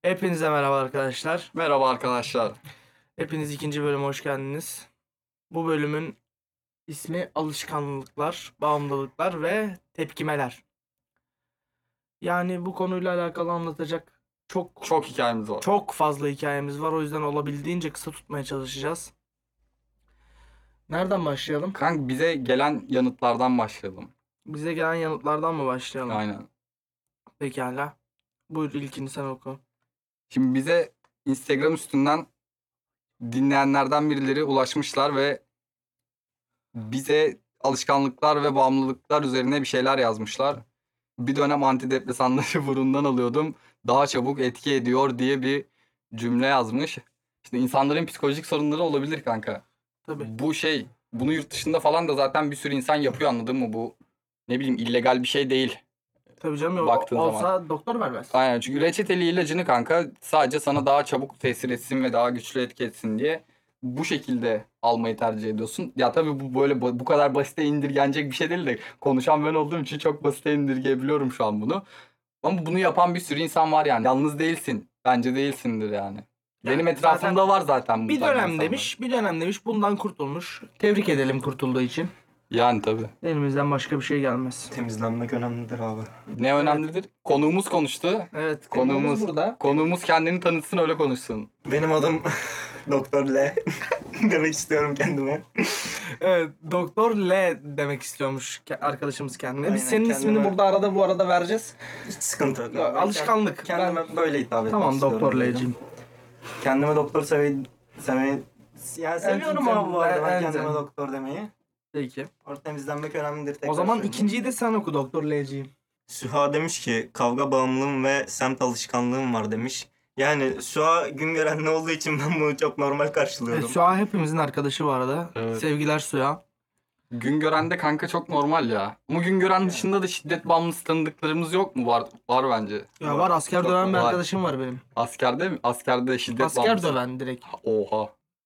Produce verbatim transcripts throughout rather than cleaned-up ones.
Hepinize merhaba arkadaşlar. Merhaba arkadaşlar. Hepiniz ikinci bölüme hoş geldiniz. Bu bölümün ismi alışkanlıklar, bağımlılıklar ve tepkimeler. Yani bu konuyla alakalı anlatacak çok Çok hikayemiz var. çok fazla hikayemiz var. O yüzden olabildiğince kısa tutmaya çalışacağız. Nereden başlayalım? Kanka bize gelen yanıtlardan başlayalım. Bize gelen yanıtlardan mı başlayalım? Aynen. Pekala. Buyur, ilkini sen oku. Şimdi bize Instagram üstünden dinleyenlerden birileri ulaşmışlar ve bize alışkanlıklar ve bağımlılıklar üzerine bir şeyler yazmışlar. Bir dönem antidepresanları burundan alıyordum. Daha çabuk etki ediyor diye bir cümle yazmış. İşte insanların psikolojik sorunları olabilir kanka. Tabii. Bu şey, bunu yurt dışında falan da zaten bir sürü insan yapıyor, anladın mı? Bu ne bileyim illegal bir şey değil. Tabii canım. Baktığın Olsa zaman. doktor vermez. Aynen, çünkü reçeteli ilacını kanka sadece sana daha çabuk tesir etsin ve daha güçlü etki etsin diye bu şekilde almayı tercih ediyorsun. Ya tabii bu böyle bu kadar basite indirgenecek bir şey değil de konuşan ben olduğum için çok basite indirgeyebiliyorum şu an bunu. Ama bunu yapan bir sürü insan var yani. Yalnız değilsin. Bence değilsindir yani. Yani Benim etrafımda zaten var zaten bu Bir tarz dönem insanlar. demiş, bir dönem demiş bundan kurtulmuş. Tebrik edelim kurtulduğu için. Yani tabii. Elimizden başka bir şey gelmez. Temizlenmek önemlidir abi. Ne önemlidir? Konuğumuz konuştu. Evet, Konuğumuz burada. Konuğumuz kendini tanıtsın, öyle konuşsun. Benim adım Doktor L demek istiyorum kendime. Evet, Doktor L demek istiyormuş ke- arkadaşımız kendine. Biz Aynen, senin kendime- ismini burada arada bu arada vereceğiz. Hiç sıkıntı yok. Ya, abi. alışkanlık. Kendime böyle hitap etmek Tamam istiyorum. Doktor dedim. L'cim. Kendime doktor seveyi... seveyi... Yani seviyorum sen- abi bu arada ben en- kendime en- doktor demeyi. Peki. Orada temizlenmek önemlidir. O tekrar zaman söyleyeyim. ikinciyi de sen oku Doktor L'cim. Süha demiş ki kavga bağımlılığım ve semt alışkanlığım var demiş. Yani Süha Güngören ne olduğu için ben bunu çok normal karşılıyorum. Evet, Suha hepimizin arkadaşı bu arada. Evet. Sevgiler Suha. Güngören'de kanka çok normal ya. Ama Güngören dışında da şiddet bağımlısı tanıdıklarımız yok mu? Var var bence. Ya var, asker Çok döven bir var. arkadaşım var benim. Askerde mi? Askerde şiddet Asker bağımlısı. döven direkt. Oha.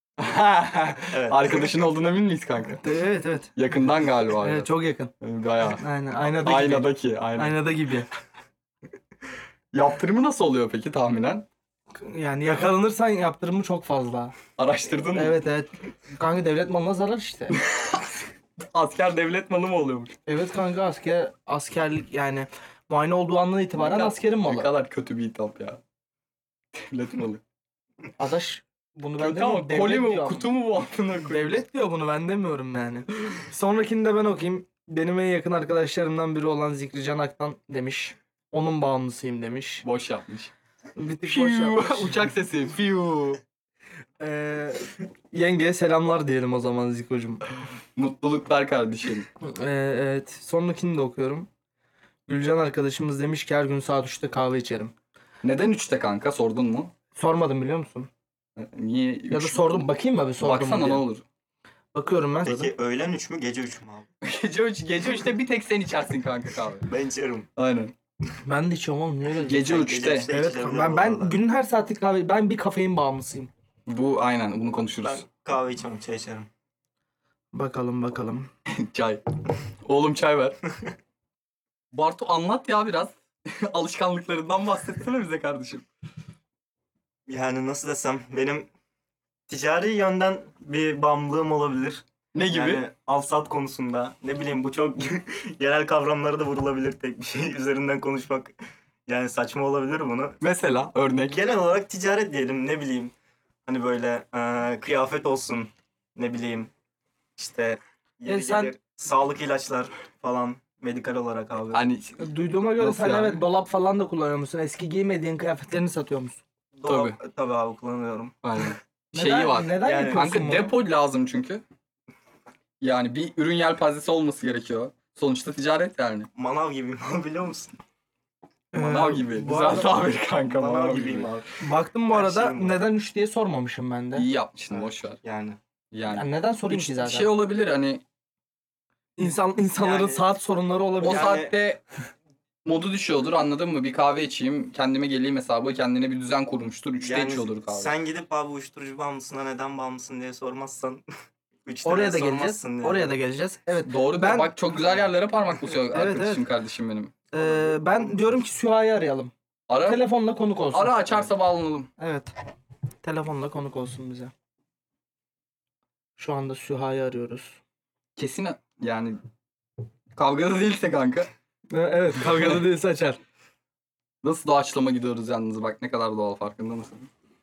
Evet. Arkadaşın olduğuna emin miyiz kanka? Evet evet. Yakından galiba. Evet, çok yakın. Bayağı. Aynen, aynada gibi. Aynadaki. Aynen. Aynada gibi. Yaptırımı nasıl oluyor peki tahminen? Yani yakalanırsan yaptırımı çok fazla. Araştırdın mı? Evet evet. Kanka devlet malına zarar işte. Asker devlet malı mı oluyormuş? Evet kanka, asker askerlik yani muayene olduğu andan itibaren Ne kadar- askerin Ne malı. kadar kötü bir hitap ya. Devlet malı. Adaş bunu ben Kötü ama demiyorum. koli Devlet mi diyor. kutu mu bu altına koyuyor? Devlet diyor, bunu ben demiyorum yani. Sonrakini de ben okuyayım. Benim en yakın arkadaşlarımdan biri olan Zikri Can Aktan demiş. Onun bağımlısıyım demiş. Boş yapmış. Bir tık boş Fiu. yapmış. Uçak sesi. Fiu. Ee, yengeye selamlar diyelim o zaman Ziko'cum. Mutluluklar kardeşim. Ee, evet. Sonrakini de okuyorum. Gülcan arkadaşımız demiş ki her gün saat üçte kahve içerim. Neden üçte kanka, sordun mu? Sormadım biliyor musun? Niye Ya da üç? sordum, bakayım mı bir sordum mu Baksana diye. ne olur. Bakıyorum ben. Peki öğlen üç mü gece üç mü abi? Gece üç, gece üçte bir tek sen içersin kanka kahve. Ben içerim. Aynen. Ben de içiyorum oğlum, niye öyle? Gece Sen üçte. gece üçte Evet içilebilir ben bu ben arada. günün her saati kahve, ben bir kafein bağımlısıyım. Bu aynen, bunu konuşuruz. Ben kahve içmem, çay içerim. Bakalım bakalım. Çay. Oğlum çay ver. Bartu anlat ya biraz. Alışkanlıklarından bahsetsene bize kardeşim. Yani nasıl desem benim ticari yönden bir bağımlılığım olabilir. Ne gibi? Yani al-sat konusunda ne bileyim bu çok genel kavramlara da vurulabilir, tek bir şey üzerinden konuşmak yani saçma olabilir bunu. Mesela örnek. Genel olarak ticaret diyelim, ne bileyim hani böyle e, kıyafet olsun, ne bileyim işte yeri E sen- gelir, sağlık ilaçlar falan medikal olarak abi. Hani Duyduğuma göre Nasıl sen yani? evet dolap falan da kullanıyor musun? Eski giymediğin kıyafetlerini satıyor musun? Dolap, tabii abi kullanıyorum. aynen. Neden- Şeyi var. Neden Yani yapıyorsun Kanka bunu? depo lazım çünkü. Yani bir ürün yelpazesi olması gerekiyor. Sonuçta ticaret yani. Manav gibiyim abi, biliyor musun? Ee, Manav gibi. bu Güzel arada- tabir kanka. Manav gibiyim abi. Baktım bu Her arada şeyim var. neden üç diye sormamışım ben de. İyi yapmışsın, Evet. boş ver. Yani Yani. Yani neden sorayım Üç ki zaten? şey olabilir hani İnsan insanların Yani- saat sorunları olabilir. o Yani- saatte modu düşüyordur, anladın mı? Bir kahve içeyim, kendime geleyim hesabı, kendine bir düzen kurmuştur. Üçte yani içiyordur kahve. sen gidip abi uyuşturucu bağımlısına neden bağımlısın diye sormazsan üçte Oraya de da geleceğiz. sormazsın yani. Oraya da geleceğiz. Evet. Doğru Ben- ben... Bak çok güzel yerlere parmak basıyor Evet, arkadaşım, evet. kardeşim benim. Ee, ben diyorum ki Süha'yı arayalım. Ara, Telefonla konuk olsun. ara açarsa bağlanalım. Evet. Telefonla konuk olsun bize. Şu anda Süha'yı arıyoruz. Kesin yani kavgada değilse kanka. E, Evet, kavgalı değilse açar. Nasıl doğaçlama gidiyoruz yalnız, bak ne kadar doğal, farkında mısın?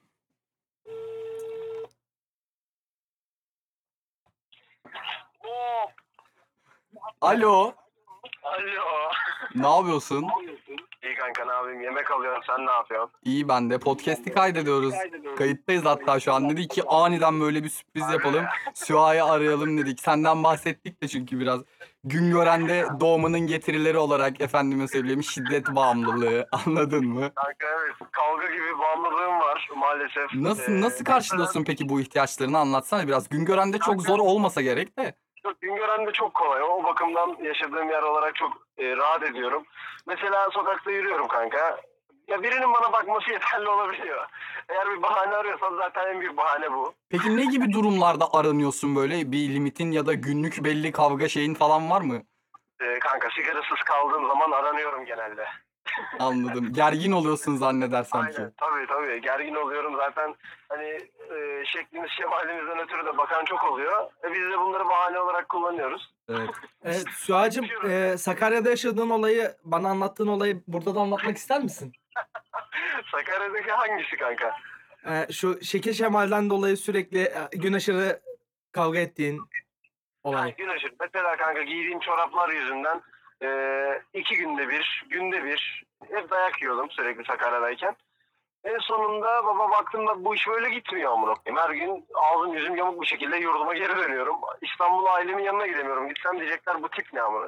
Alo. Alo. Ne yapıyorsun? İyi kanka, ne yapayım? Yemek alıyorum. Sen ne yapıyorsun? İyi, ben de. Podcast'i kaydediyoruz. Kayıttayız hatta şu an. Dedik ki aniden böyle bir sürpriz yapalım. Süha'yı arayalım dedik. Senden bahsettik de çünkü biraz. Güngören'de doğmanın getirileri olarak efendime söyleyeyim şiddet bağımlılığı. Anladın mı? Kanka evet. Kavga gibi bağımlılığım var maalesef. Nasıl Ee, nasıl karşılıyorsun peki bu ihtiyaçlarını, anlatsana biraz. Güngören'de çok zor olmasa gerek de. Çok, Güngören'de çok kolay. O bakımdan yaşadığım yer olarak çok e, rahat ediyorum. Mesela sokakta yürüyorum kanka. Ya birinin bana bakması yeterli olabiliyor. Eğer bir bahane arıyorsan zaten en büyük bahane bu. Peki ne gibi durumlarda aranıyorsun böyle? Bir limitin ya da günlük belli kavga şeyin falan var mı? Ee, kanka sigarasız kaldığım zaman aranıyorum genelde. Anladım. Gergin oluyorsun zannedersem ki. Aynen, tabii tabii gergin oluyorum zaten, hani e, şekliniz şemalinizden ötürü de bakan çok oluyor. E, biz de bunları bahane olarak kullanıyoruz. Evet. Evet, Süha'cığım e, Sakarya'da yaşadığın olayı, bana anlattığın olayı burada da anlatmak ister misin? Sakarya'daki hangisi kanka? E, şu şekil şemalden dolayı sürekli e, gün aşırı kavga ettiğin Ha, olay. gün aşırı. Mesela kanka giydiğim çoraplar yüzünden e, iki günde bir, günde bir hep dayak yiyordum sürekli Sakarya'dayken. En sonunda baba baktım da bu iş böyle gitmiyor amına koyayım. Her gün ağzım yüzüm yamuk bir şekilde yurduma geri dönüyorum. İstanbul'a ailemin yanına gidemiyorum. Gitsem diyecekler bu tip ne amına.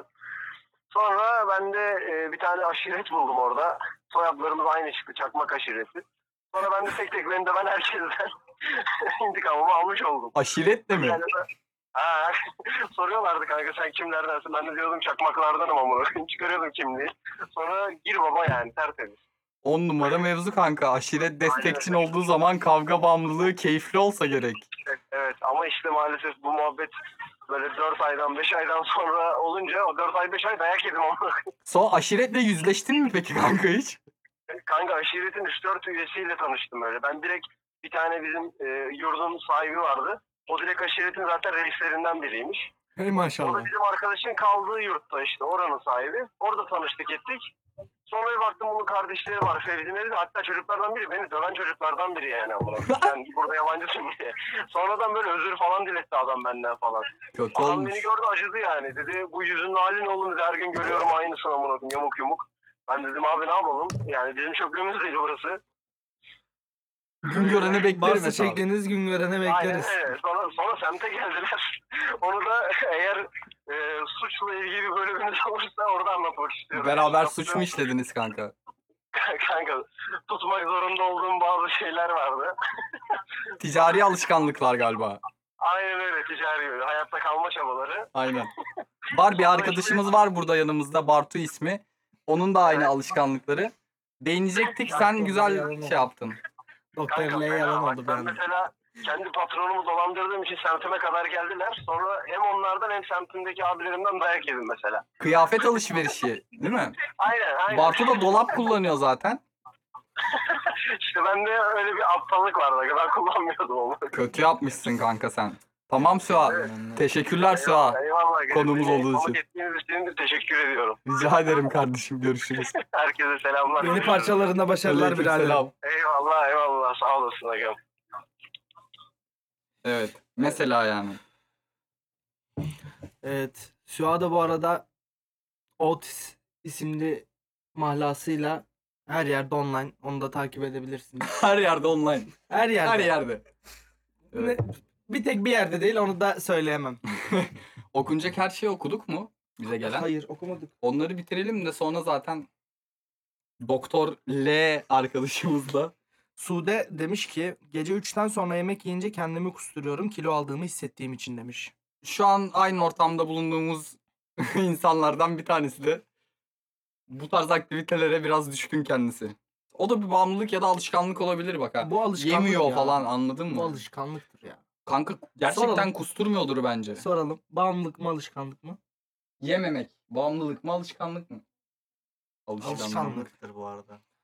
Sonra ben de e, bir tane aşiret buldum orada. Soyadlarımız aynı çıktı. Çakmak aşireti. Sonra ben de tek tek beni döven herkesten intikamımı almış oldum. Aşiret de mi? Yani ben- ha, soruyorlardı kanka sen kimlerdensin? Ben de diyordum çakmaklardanım ama çıkarıyordum kimliği. Sonra gir baba yani tertemiz. On numara mevzu kanka. Aşiret destekçin olduğu zaman kavga bağımlılığı keyifli olsa gerek. Evet, evet ama işte maalesef bu muhabbet böyle dört aydan beş aydan sonra olunca o dört ay beş ay dayak yedim ama. Sonra aşiretle yüzleştin mi peki kanka hiç? Kanka aşiretin üç dört üyesiyle tanıştım öyle. Ben direkt bir tane bizim e, yurdun sahibi vardı. O direkt aşiretin zaten reislerinden biriymiş. Hey O maşallah. da bizim arkadaşın kaldığı yurtta işte oranın sahibi. Orada tanıştık ettik. Sonra bir baktım bunun kardeşleri var Fevzi'leri de, hatta çocuklardan biri beni döven çocuklardan biri yani. Amına. Sen burada yabancısın diye. Sonradan böyle özür falan diletti adam benden falan. Kötü Adam olmuş. beni gördü acıdı yani. Dedi bu yüzünün hali ne oğlum dedi, her gün görüyorum aynısını amına koyayım, yamuk yumuk. Ben dedim abi ne yapalım? Yani bizim çöplüğümüz değil burası. Güngören'e beklerim Varsa hesabı. şekliniz Güngören'e Aynen bekleriz. öyle. Sonra, sonra semte geldiler. Onu da eğer e, suçla ilgili bir bölümünüz olursa orada anlatmak istiyorum. Beraber Yoksa- suç mu işlediniz kanka? Kanka tutmak zorunda olduğum bazı şeyler vardı. Ticari alışkanlıklar galiba. Aynen öyle, ticari hayatta kalma çabaları. Aynen. Var bir arkadaşımız var burada yanımızda, Bartu ismi. Onun da aynı Evet. alışkanlıkları. Değinecektik, sen güzel şey yaptın. Doktor Kanka L fena yalan bak, oldu ben beğendim. mesela kendi patronumu dolandırdığım için semtime kadar geldiler. Sonra hem onlardan hem semtimdeki abilerimden dayak yedim mesela. Kıyafet alışverişi değil mi? Aynen aynen. Bartu da dolap kullanıyor zaten. İşte bende öyle bir aptallık vardı. Ben kullanmıyordum onu. Kötü yapmışsın kanka sen. Tamam Süha. Teşekkürler Süha. Eyvallah. Konumuz Beni olduğu için. konuk ettiğiniz için de teşekkür ediyorum. Rica ederim kardeşim, görüşürüz. Herkese selamlar. Yeni parçalarında başarılar birader. Aleykümselam. Eyvallah eyvallah. Sağ olasın agam. Evet. Mesela yani. Evet. Süha da bu arada Otis isimli mahlasıyla her yerde online. Onu da takip edebilirsiniz. Her yerde online. Her yerde. Her yerde. Evet. Ne- Bir tek bir yerde değil, onu da söyleyemem. Okunacak her şeyi okuduk mu bize gelen? Hayır, okumadık. Onları bitirelim de sonra zaten Doktor L arkadaşımızla. Sude demiş ki gece üçten sonra yemek yiyince kendimi kusturuyorum, kilo aldığımı hissettiğim için demiş. Şu an aynı ortamda bulunduğumuz insanlardan bir tanesi de bu tarz aktivitelere biraz düşkün kendisi. O da bir bağımlılık ya da alışkanlık olabilir bak ha. Bu alışkanlık Yemiyor ya. falan, anladın Bu mı? alışkanlıktır ya. Kanka gerçekten Soralım. kusturmuyordur bence. Soralım. Bağımlılık mı alışkanlık mı? Yememek bağımlılık mı alışkanlık mı? Alışkanlık. Alışkanlık. Alışkanlıktır bu arada.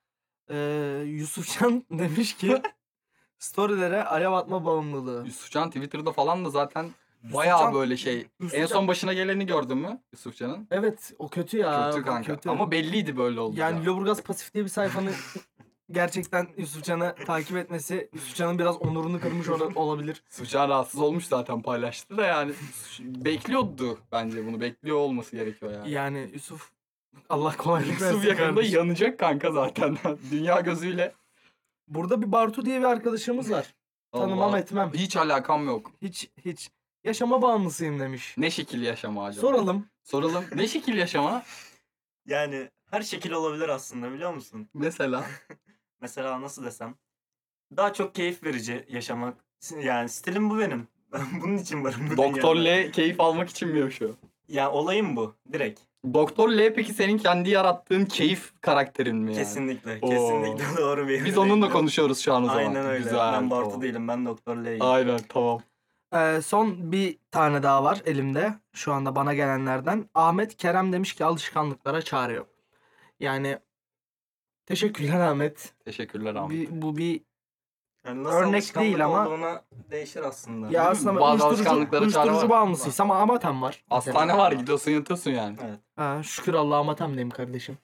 Ee, Yusufcan demiş ki storylere alev atma bağımlılığı. Yusufcan Twitter'da falan da zaten bayağı Yusufcan- böyle şey. En Yusufcan- son başına geleni gördün mü Yusufcan'ın? Evet o kötü ya. Kötü kanka. kötü. Ama belliydi böyle olacağı. Yani Lüleburgaz Pasif diye bir sayfanın gerçekten Yusufcan'ı takip etmesi Yusufcan'ın biraz onurunu kırmış ola- olabilir. Yusufcan rahatsız olmuş zaten paylaştı da yani bekliyordu bence bunu. Bekliyor olması gerekiyor yani. Yani Yusuf Allah kolaylık versin Yusuf yakında kardeşim. yanacak kanka zaten. Dünya gözüyle. Burada bir Bartu diye bir arkadaşımız var. Tanımam Allah. etmem. Hiç alakam yok. Hiç hiç. Yaşama bağımlısıyım demiş. Ne şekil yaşama acaba? Soralım. Soralım. Ne şekil yaşama? Yani her şekil olabilir aslında, biliyor musun? Mesela. Mesela nasıl desem. Daha çok keyif verici yaşamak. Yani stilim bu benim. Ben bunun için varım bu Doktor dünyada. L keyif almak için mi yaşıyor? Ya olayım bu. Direkt. Doktor L peki senin kendi yarattığın keyif karakterin mi yani? Kesinlikle. Oo. Kesinlikle doğru bir Biz onunla konuşuyoruz şu an o zaman. Aynen öyle. Güzel, ben Bartu tamam. değilim. Ben Doktor L'yim. Aynen tamam. Ee, son bir tane daha var elimde. Şu anda bana gelenlerden. Ahmet Kerem demiş ki alışkanlıklara çare yok. Yani teşekkürler Ahmet. Teşekkürler Ahmet. Bir, bu bir Yani nasıl Örnek alışkanlık değil ama- olduğuna değişir aslında. ya aslında Bazı uyuşturucu, alışkanlıklara çare uyuşturucu var. bağımlısıyız ama amatem var. Hastane var gidiyorsun yatıyorsun yani. Evet. Ha, şükür Allah'a amatemdeyim kardeşim.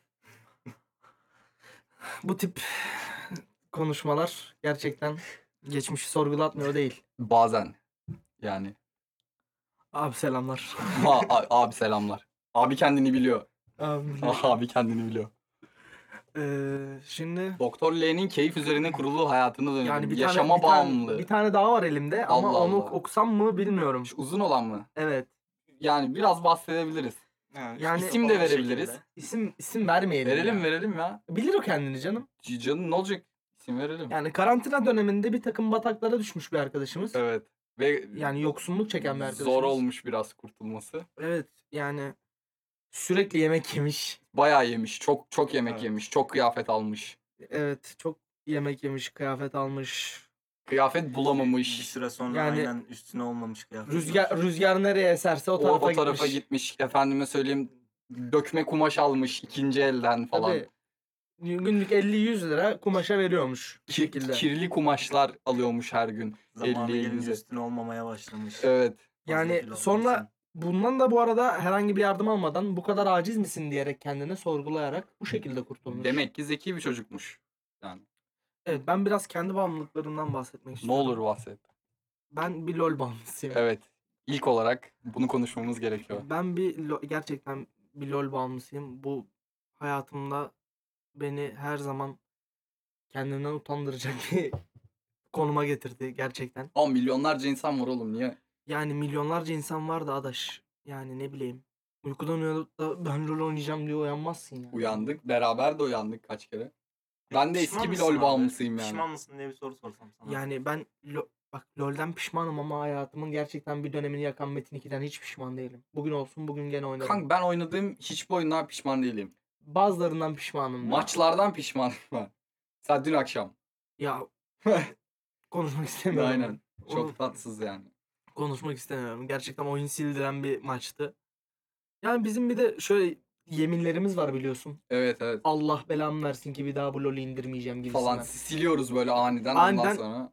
Bu tip konuşmalar gerçekten geçmişi sorgulatmıyor değil. Bazen. Yani. Abi selamlar. Ha, a- abi selamlar. Abi kendini biliyor. Abi, Abi kendini biliyor. Ee, şimdi Doktor L'nin keyif üzerine kurulu hayatını dönüyor. yani bir Yaşama tane, bir tane- bağımlılığı. bir tane daha var elimde ama Allah onu Allah. okusam mı bilmiyorum. Şu uzun olan mı? Evet. Yani biraz bahsedebiliriz. Yani, Yani İsim de o verebiliriz. şekilde. İsim isim vermeyelim. Verelim ya. verelim ya. Bilir o kendini canım. Canım ne olacak? İsim verelim. Yani karantina döneminde bir takım bataklara düşmüş bir arkadaşımız. Evet. Ve Yani yoksunluk çeken bir arkadaşımız. zor olmuş biraz kurtulması. Evet yani sürekli yemek yemiş. Bayağı yemiş. Çok çok yemek Evet. yemiş. Çok kıyafet almış. Evet çok yemek yemiş, kıyafet almış. Kıyafet Bir bulamamış. süre sonra Yani- aynen üstüne olmamış kıyafet. Rüzgar rüzgar nereye eserse o O, tarafa, o tarafa gitmiş. gitmiş. Efendime söyleyeyim dökme kumaş almış ikinci elden falan. Tabii. Günlük elli yüz lira kumaşa veriyormuş bir Ki- şekilde. kirli kumaşlar alıyormuş her gün. Zamanı elli, gelince yüze. üstüne olmamaya başlamış. Evet. Fazla Yani kilo sonra alması. bundan da bu arada herhangi bir yardım almadan bu kadar aciz misin diyerek kendini sorgulayarak bu şekilde kurtulmuş. Demek ki zeki bir çocukmuş. Yani Evet ben biraz kendi bağımlılıklarımdan bahsetmek ne istiyorum. olur bahset. Ben bir LoL bağımlısıyım. Evet. İlk olarak bunu konuşmamız gerekiyor. Ben bir lo- gerçekten bir LoL bağımlısıyım. Bu hayatımda beni her zaman kendimden utandıracak bir konuma getirdi gerçekten. on milyonlarca insan var oğlum niye? Yani milyonlarca insan var da adaş. Yani ne bileyim. Uykudan uyanıp da ben LoL oynayacağım diye uyanmazsın yani. Uyandık. Beraber de uyandık kaç kere. Ben de Pişman eski bir mısın LoL abi? bağımlısıyım yani. Pişman mısın diye bir soru sorsam sana. Yani ben Lo- bak LoL'den pişmanım ama hayatımın gerçekten bir dönemini yakan Metin ikiden hiç pişman değilim. Bugün olsun bugün gene oynarım. Kanka ben oynadığım hiçbir oyundan pişman değilim. Bazılarından pişmanım. ya. Maçlardan pişmanım ben. Mesela dün akşam. Ya konuşmak istemiyorum. Aynen. ben. Çok Onu tatsız yani. konuşmak istemiyorum. Gerçekten oyun sildiren bir maçtı. Yani bizim bir de şöyle yeminlerimiz var biliyorsun. Evet evet. Allah belamı versin ki bir daha bu LoL'ü indirmeyeceğim gibisinden. Falan siliyoruz böyle aniden, Aniden- ondan sonra.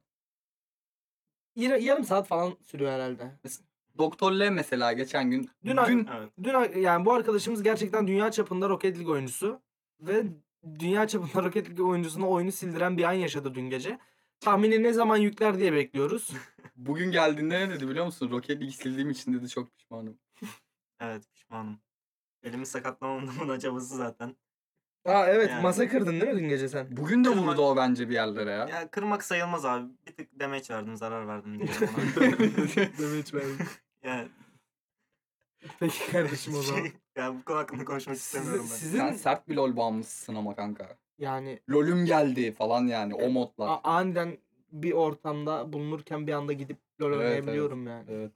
Yine yarım saat falan sürüyor herhalde. Doktor L mesela geçen gün. Dün- dün Evet. Dün yani bu arkadaşımız gerçekten dünya çapında Rocket League oyuncusu ve dünya çapında Rocket League oyuncusuna oyunu sildiren bir an yaşadı dün gece. Tahmini ne zaman yükler diye bekliyoruz. bugün geldiğinde ne dedi biliyor musun? Rocket League sildiğim için dedi çok pişmanım. Evet pişmanım. Elimi sakatlamamın acabası zaten. Aa evet Yani. masa kırdın değil mi dün gece sen? Bugün de Kırma- vurdu o bence bir yerlere ya. Ya kırmak sayılmaz abi. Bir tık demeç verdim, zarar verdim diye ona. Demeç verdim. yani Peki kardeşim o zaman. şey, yani bu konu hakkında konuşmak istemiyorum Sizin, ben. sizin Sen sert bir LoL bağımlısısın ama kanka. yani LoL'üm geldi falan yani o modlar. a- aniden bir ortamda bulunurken bir anda gidip LoL Evet, oynayabiliyorum yani. Evet.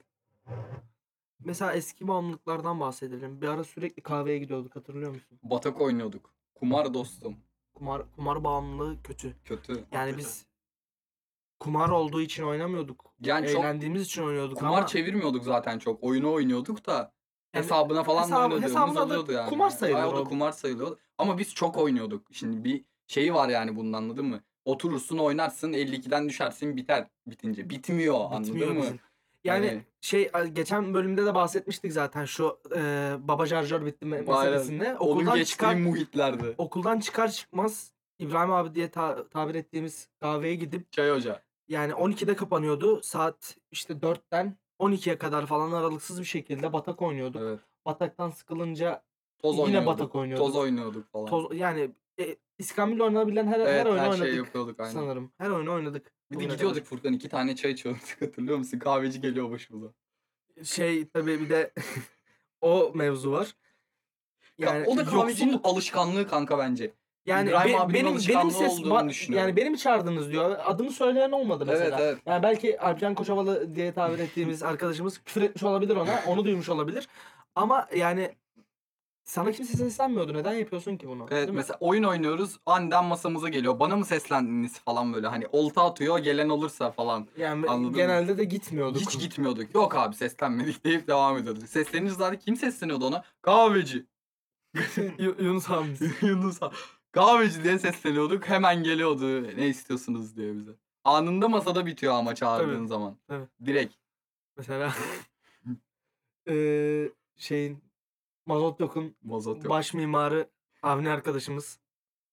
Mesela eski bağımlılıklardan bahsedelim. Bir ara sürekli kahveye gidiyorduk hatırlıyor musun? Batak oynuyorduk. Kumar dostum. Kumar kumar bağımlılığı kötü. Kötü. Yani kötü. biz kumar olduğu için oynamıyorduk. Yani çok Eğlendiğimiz için oynuyorduk kumar ama çevirmiyorduk zaten çok. Oyunu oynuyorduk da Yani hesabına falan hesabı- da oynadığımız hesabına da oluyordu yani. kumar sayılır Bayağı o da o. kumar sayılıyor. Ama biz çok oynuyorduk. Şimdi bir şeyi var yani bunun, anladın mı? Oturursun oynarsın elli ikiden düşersin biter bitince. Bitmiyor, anladın Bitmiyor mı? bizim. Yani Hani- şey geçen bölümde de bahsetmiştik zaten şu e, baba şarjör bitti me- meselesinde. Aynen. Onun Okuldan geçtiği çıkar muhitlerde. okuldan çıkar çıkmaz İbrahim abi diye ta- tabir ettiğimiz kahveye gidip Çay hoca. yani on ikide kapanıyordu. Saat işte dörtten on ikiye kadar falan aralıksız bir şekilde batak oynuyorduk. Evet. Bataktan sıkılınca Toz Yine oynuyorduk. batak oynuyorduk. Toz oynuyorduk falan. toz yani e, İskambil oynanabilen her, Evet, her oyunu her oynadık şeyi yapıyorduk, aynen. sanırım. Her oyunu oynadık. Bir de bugüne gidiyorduk Furkan, iki tane çay içiyorduk, hatırlıyor musun? Kahveci geliyor başımıza. kadar. Şey tabii bir de o mevzu var. Yani, o da kahvecinin yoksulluk. alışkanlığı kanka bence. Yani İbrahim be- abinin benim benim alışkanlığı ses olduğunu ba- düşünüyorum. yani beni mi çağırdınız diyor. Adımı söyleyen olmadı mesela. Evet, evet. Yani belki Alpcan Koçovalı diye tabir ettiğimiz arkadaşımız küfür etmiş olabilir ona. Onu duymuş olabilir. Ama yani sana kimse seslenmiyordu. Neden yapıyorsun ki bunu? Evet, Değil mi? mesela oyun oynuyoruz, aniden masamıza geliyor. Bana mı seslendiniz falan böyle, hani olta atıyor, gelen olursa falan. Yani Anladın genelde de gitmiyorduk. Hiç gitmiyorduk. Yok abi, seslenmedik deyip devam ediyorduk. Seslenince zaten kim sesleniyordu ona? Kahveci. Y- Yunus abi. Yunus abi. Kahveci diye sesleniyorduk. Hemen geliyordu. Ne istiyorsunuz diye bize. Anında masada bitiyor ama çağırdığın Tabii, zaman. tabii. Direkt. Mesela eee şeyin Mazot Yok'un Mazot yok. baş mimarı Avni arkadaşımız.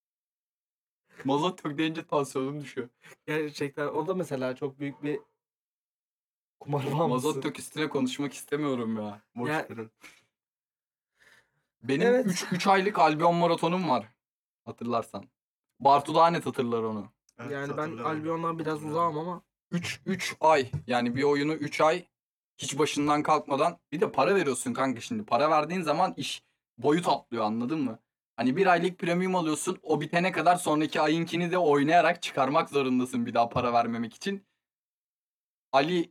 Mazot yok deyince tansiyonum düşüyor. Gerçekten o da mesela çok büyük bir kumar bağımlısı. Mazot yok üstüne konuşmak istemiyorum ya. Boş Ya- verin. Benim Evet. üç aylık Albion maratonum var. Hatırlarsan. Bartu daha net hatırlar onu. Evet, Yani ben hatırlıyorum. Albion'dan biraz Hatırlıyorum. uzağım ama üç üç ay, yani bir oyunu üç ay hiç başından kalkmadan, bir de para veriyorsun kanka şimdi. Para verdiğin zaman iş boyut atlıyor, anladın mı? Hani bir aylık premium alıyorsun, o bitene kadar sonraki ayınkini de oynayarak çıkarmak zorundasın bir daha para vermemek için. Ali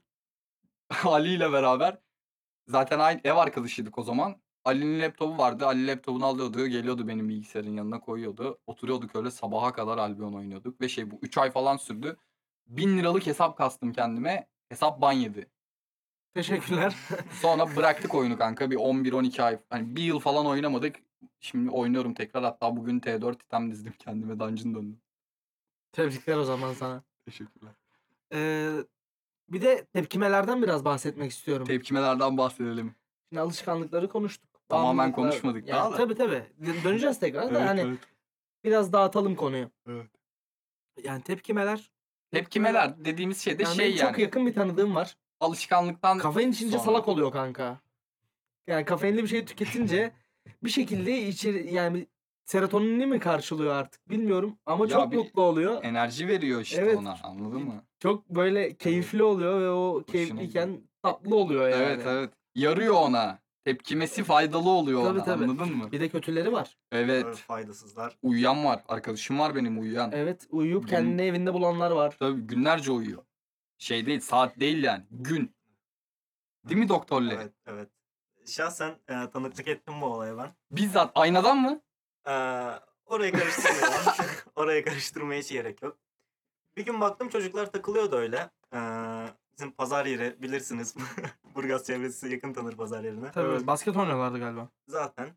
Ali ile beraber zaten aynı ev arkadaşıydık o zaman. Ali'nin laptopu vardı. Ali laptopunu alıyordu, geliyordu benim bilgisayarın yanına koyuyordu. Oturuyorduk öyle sabaha kadar Albion oynuyorduk ve şey, bu üç ay falan sürdü. bin liralık hesap kastım kendime. Hesap ban yedi. teşekkürler. Sonra bıraktık oyunu kanka. Bir on bir on iki ay. Hani bir yıl falan oynamadık. Şimdi oynuyorum tekrar. Hatta bugün T dört item dizdim kendime. Dungeon döndüm. Tebrikler o zaman sana. Teşekkürler. Ee, bir de tepkimelerden biraz bahsetmek istiyorum. Tepkimelerden bahsedelim. Şimdi alışkanlıkları konuştuk. Tamamen Bağımlılıklar- konuşmadık yani, daha da. Tabii tabii. Dö- Döneceğiz tekrar da hani evet. biraz dağıtalım konuyu. Evet. Yani tepkimeler. Tepkimeler dediğimiz şey de Yani şey benim yani. çok yakın bir tanıdığım var. Alışkanlıktan Kafein içince sonra. salak oluyor kanka. Yani kafeinli bir şey tüketince bir şekilde içeri yani serotonini mi karşılıyor artık bilmiyorum ama Ya çok bir mutlu oluyor. enerji veriyor işte Evet. ona, anladın mı? Çok böyle keyifli oluyor ve o keyifliyken tatlı oluyor yani. Evet evet. Yarıyor ona. Tepkimesi faydalı oluyor Tabii, ona, tabii. anladın mı? Bir de kötüleri var. Evet. Evet, faydasızlar. Uyuyan var. Arkadaşım var benim uyuyan. Evet uyuyup Gün- kendini evinde bulanlar var. Tabii günlerce uyuyor. Şey değil, saat değil yani. Gün. Değil mi doktorle? Evet, evet. Şahsen e, tanıklık ettim bu olaya ben. Bizzat aynadan mı? Ee, orayı karıştırmayalım. Orayı karıştırmaya hiç gerek yok. Bir gün baktım çocuklar takılıyordu öyle. Ee, bizim pazar yeri bilirsiniz. Burgaz çevresi yakın tanır pazar yerine. Tabii Evet. basket oynuyorlardı galiba. Zaten.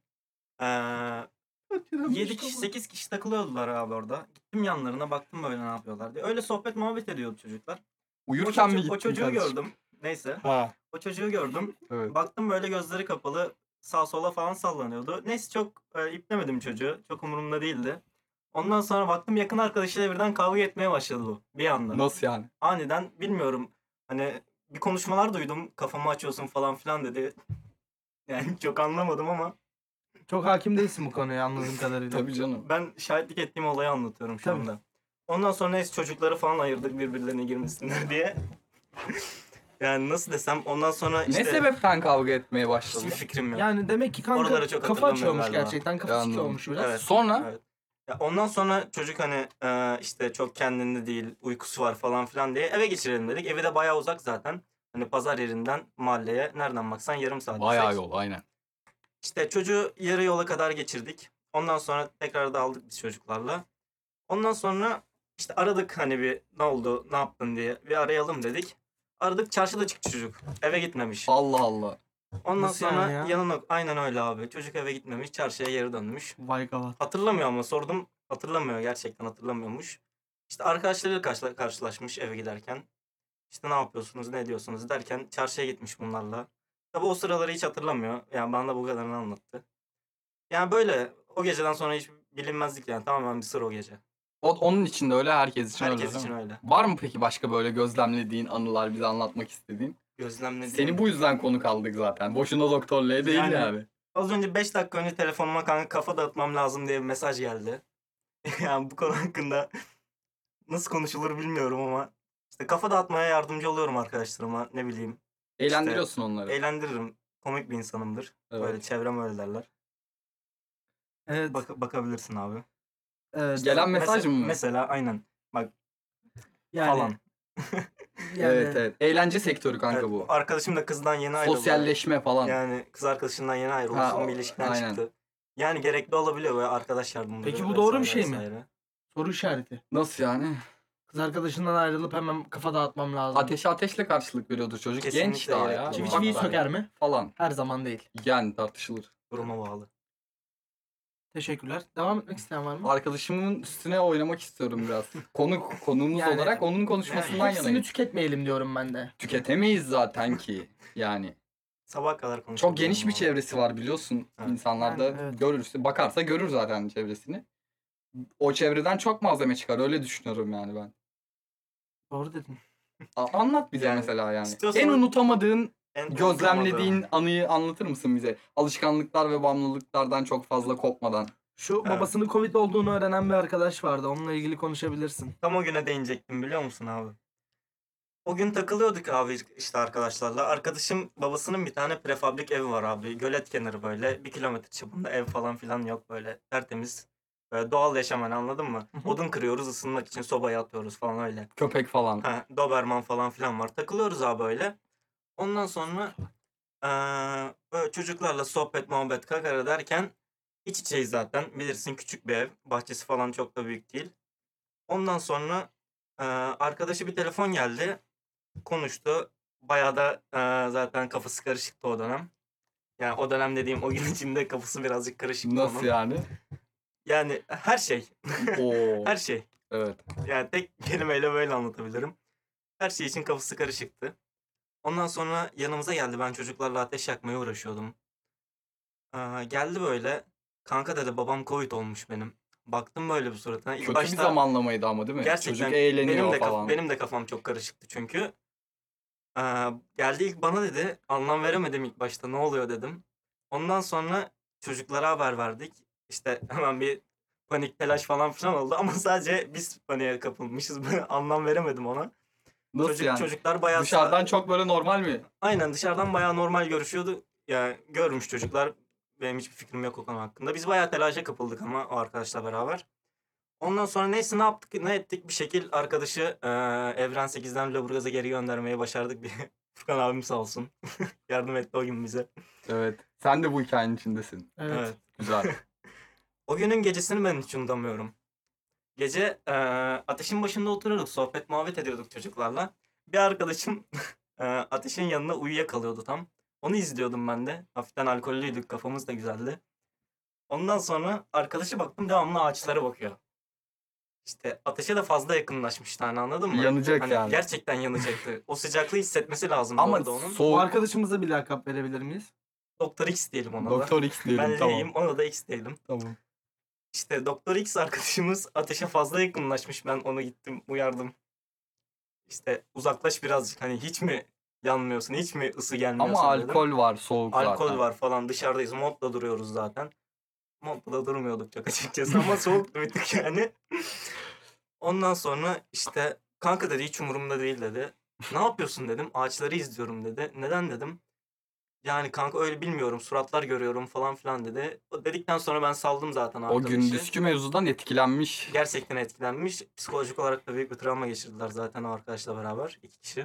Ee, yedi kişi sekiz kişi takılıyordular abi orada. Gittim yanlarına baktım böyle ne yapıyorlar diye. Öyle sohbet muhabbet ediyordu çocuklar. O, Uyurken mi çocuğu- gittin o çocuğu kardeşim? gördüm. Neyse. Ha. O çocuğu gördüm. Evet. Baktım böyle gözleri kapalı sağ sola falan sallanıyordu. Neyse çok e, iplemedim çocuğu. Çok umurumda değildi. Ondan sonra baktım yakın arkadaşıyla birden kavga etmeye başladı bu bir anda. Nasıl yani? Aniden bilmiyorum hani bir konuşmalar duydum kafamı açıyorsun falan filan dedi. Yani çok anlamadım ama Çok hakim değilsin bu konuya anladığım kadarıyla. Tabii canım. ben şahitlik ettiğim olayı anlatıyorum şu Tabii. anda. Ondan sonra neyse çocukları falan ayırdık birbirlerine girmesinler diye. Yani nasıl desem ondan sonra işte Ne sebepten kavga etmeye başladın? hiçbir fikrim yok. Yani demek ki kanka Oraları çok kafa hatırlamıyorum açıyormuş galiba. gerçekten. Kafa Anladım. sikik olmuş biraz. Evet. Sonra Evet. Ya ondan sonra çocuk hani e, işte çok kendinde değil, uykusu var falan filan diye eve geçirelim dedik. Evi de bayağı uzak zaten. Hani pazar yerinden mahalleye nereden baksan yarım saat. bayağı desek. yol aynen. İşte çocuğu yarı yola kadar geçirdik. Ondan sonra tekrar da aldık biz çocuklarla. Ondan sonra işte aradık hani bir ne oldu, ne yaptın diye bir arayalım dedik. Aradık çarşıda çıktı çocuk. Eve gitmemiş. Allah Allah. Ondan Nasıl sonra yani ya? yanına aynen öyle abi. Çocuk eve gitmemiş, çarşıya geri dönmüş. Vay gavat. Hatırlamıyor ama sordum. Hatırlamıyor, gerçekten hatırlamıyormuş. İşte arkadaşlarıyla karşıla- karşılaşmış eve giderken. İşte ne yapıyorsunuz, ne ediyorsunuz derken çarşıya gitmiş bunlarla. Tabi o sıraları hiç hatırlamıyor. Yani bana da bu kadarını anlattı. Yani böyle o geceden sonra hiç bilinmezlik yani tamamen bir sır o gece. O, onun için de öyle, herkes için öyle Herkes değil için mi? öyle. Var mı peki başka böyle gözlemlediğin anılar, bize anlatmak istediğin? Gözlemlediğim. Seni bu yüzden konuk aldık zaten. Boşuna doktorluğa değil yani. Yani- Az önce beş dakika önce telefonuma kanka kafa dağıtmam lazım diye bir mesaj geldi. Yani bu konu hakkında nasıl konuşulur bilmiyorum ama işte kafa dağıtmaya yardımcı oluyorum arkadaşlarıma, ne bileyim. Eğlendiriyorsun onları. Eğlendiririm. Komik bir insanımdır. Evet. Böyle çevrem öyle derler. Evet. Bak bakabilirsin abi. evet. Gelen mesaj Mese- mı? Mesela aynen yani, falan. yani Evet evet. Eğlence sektörü kanka Evet, bu. arkadaşım da kızdan yeni ayrıldı. Sosyalleşme falan. Yani kız arkadaşından yeni ayrıldı. Ha, Uzun o- bir ilişkiden aynen. çıktı. Yani gerekli olabiliyor böyle arkadaş yardımları. Peki bu doğru bir vesaire şey mi? vesaire. Soru işareti. Nasıl yani? Kız arkadaşından ayrılıp hemen kafa dağıtmam lazım. Ateşe ateşle karşılık veriyordur çocuk. Kesinlikle Genç daha ya. gerekli. Çivi Bak çiviyi ben- söker mi? Falan. Her zaman değil. Yani tartışılır. Duruma bağlı. Teşekkürler. Devam etmek isteyen var mı? Arkadaşımın üstüne oynamak istiyorum biraz. Konu konumuz Yani- olarak onun konuşmasından Hepsini yanayım. tüketmeyelim diyorum ben de. Tüketemeyiz zaten ki. Yani. Sabah kadar konuşuyoruz. Çok geniş bir çevresi var biliyorsun. Evet. İnsanlar da Yani evet. görürse, bakarsa görür zaten çevresini. O çevreden çok malzeme çıkar. Öyle düşünüyorum yani ben. Doğru dedin. A- anlat bize Yani mesela yani. istiyorsan- En unutamadığın, En gözlemlediğin unutamadığım- anıyı anlatır mısın bize? Alışkanlıklar ve bağımlılıklardan çok fazla kopmadan. Şu Evet. babasının Covid olduğunu öğrenen bir arkadaş vardı. Onunla ilgili konuşabilirsin. Tam o güne değinecektim biliyor musun abi? O gün takılıyorduk abi işte arkadaşlarla. Arkadaşım babasının bir tane prefabrik evi var abi. Gölet kenarı böyle. Bir kilometre çapında ev falan filan yok böyle. Tertemiz. Böyle doğal yaşam hani anladın mı? Odun kırıyoruz ısınmak için sobaya atıyoruz falan öyle. Köpek falan. Ha, Doberman falan filan var. Takılıyoruz abi öyle. Ondan sonra eee, böyle çocuklarla sohbet muhabbet kakara derken iç içeyiz zaten. Bilirsin küçük bir ev. Bahçesi falan çok da büyük değil. Ondan sonra eee, arkadaşı bir telefon geldi. Konuştu. Bayağı da eee, zaten kafası karışıktı o dönem. Yani o dönem dediğim o gün içinde kafası birazcık karışıktı Nasıl onun. yani? Yani her şey. Oo. Her şey. Evet. Yani tek kelimeyle böyle anlatabilirim. Her şey için kafası karışıktı. Ondan sonra yanımıza geldi. Ben çocuklarla ateş yakmaya uğraşıyordum. Aa, geldi böyle. Kanka dedi babam Covid olmuş benim. Baktım böyle bir suratına. İlk Kötü başta bir zamanlamaydı ama değil mi? gerçekten Çocuk eğleniyor benim de kaf- falan. benim de kafam çok karışıktı çünkü. Aa, geldi ilk bana dedi. Anlam veremedim ilk başta. Ne oluyor dedim. Ondan sonra çocuklara haber verdik. İşte hemen bir panik telaş falan filan oldu ama sadece biz paniğe kapılmışız. Ben anlam veremedim ona. Nasıl Çocuk, yani? Çocuklar bayağı Dışarıdan çok böyle normal mi? Aynen dışarıdan bayağı normal görüşüyordu. Yani görmüş çocuklar. Benim hiçbir fikrim yok o konu hakkında. Biz bayağı telaşa kapıldık ama o arkadaşla beraber. Ondan sonra neyse ne yaptık ne ettik bir şekil arkadaşı eee, Evren sekizden Lüleburgaz'a geri göndermeyi başardık. Bir Furkan abim sağ olsun. Yardım etti o gün bize. Evet. Sen de bu hikayenin içindesin. Evet. Evet. Güzel. O günün gecesini ben hiç unutamıyorum. Gece eee, ateşin başında oturuyorduk, sohbet muhabbet ediyorduk çocuklarla. Bir arkadaşım eee, ateşin yanına uyuyakalıyordu tam. Onu izliyordum ben de. Hafiften alkollüydük, kafamız da güzeldi. Ondan sonra arkadaşa baktım devamlı ağaçlara bakıyor. İşte ateşe de fazla yakınlaşmış yani anladın mı? Yanacak Hani yani. gerçekten yanacaktı. O sıcaklığı hissetmesi lazım Ama orada onun. Bu soğuk. arkadaşımıza bir lakap verebilir miyiz? Doktor X diyelim ona da. Doktor X diyelim, Ben tamam. L'yim, ona da X diyelim. Tamam. İşte Doktor X arkadaşımız ateşe fazla yakınlaşmış. Ben onu gittim uyardım. İşte uzaklaş birazcık hani hiç mi yanmıyorsun, hiç mi ısı gelmiyorsun Ama dedim. alkol var, soğuk Alkol zaten. var falan dışarıdayız. Montla duruyoruz zaten. Montla da durmuyorduk çok açıkçası ama soğuktu bir tık yani. Ondan sonra işte kanka dedi hiç umurumda değil dedi. Ne yapıyorsun dedim. Ağaçları izliyorum dedi. Neden dedim. Yani kanka öyle bilmiyorum suratlar görüyorum falan filan dedi. O dedikten sonra ben saldım zaten O arkadaşı. gündüzkü mevzudan etkilenmiş. Gerçekten etkilenmiş. Psikolojik olarak da büyük bir travma geçirdiler zaten o arkadaşla beraber. iki kişi.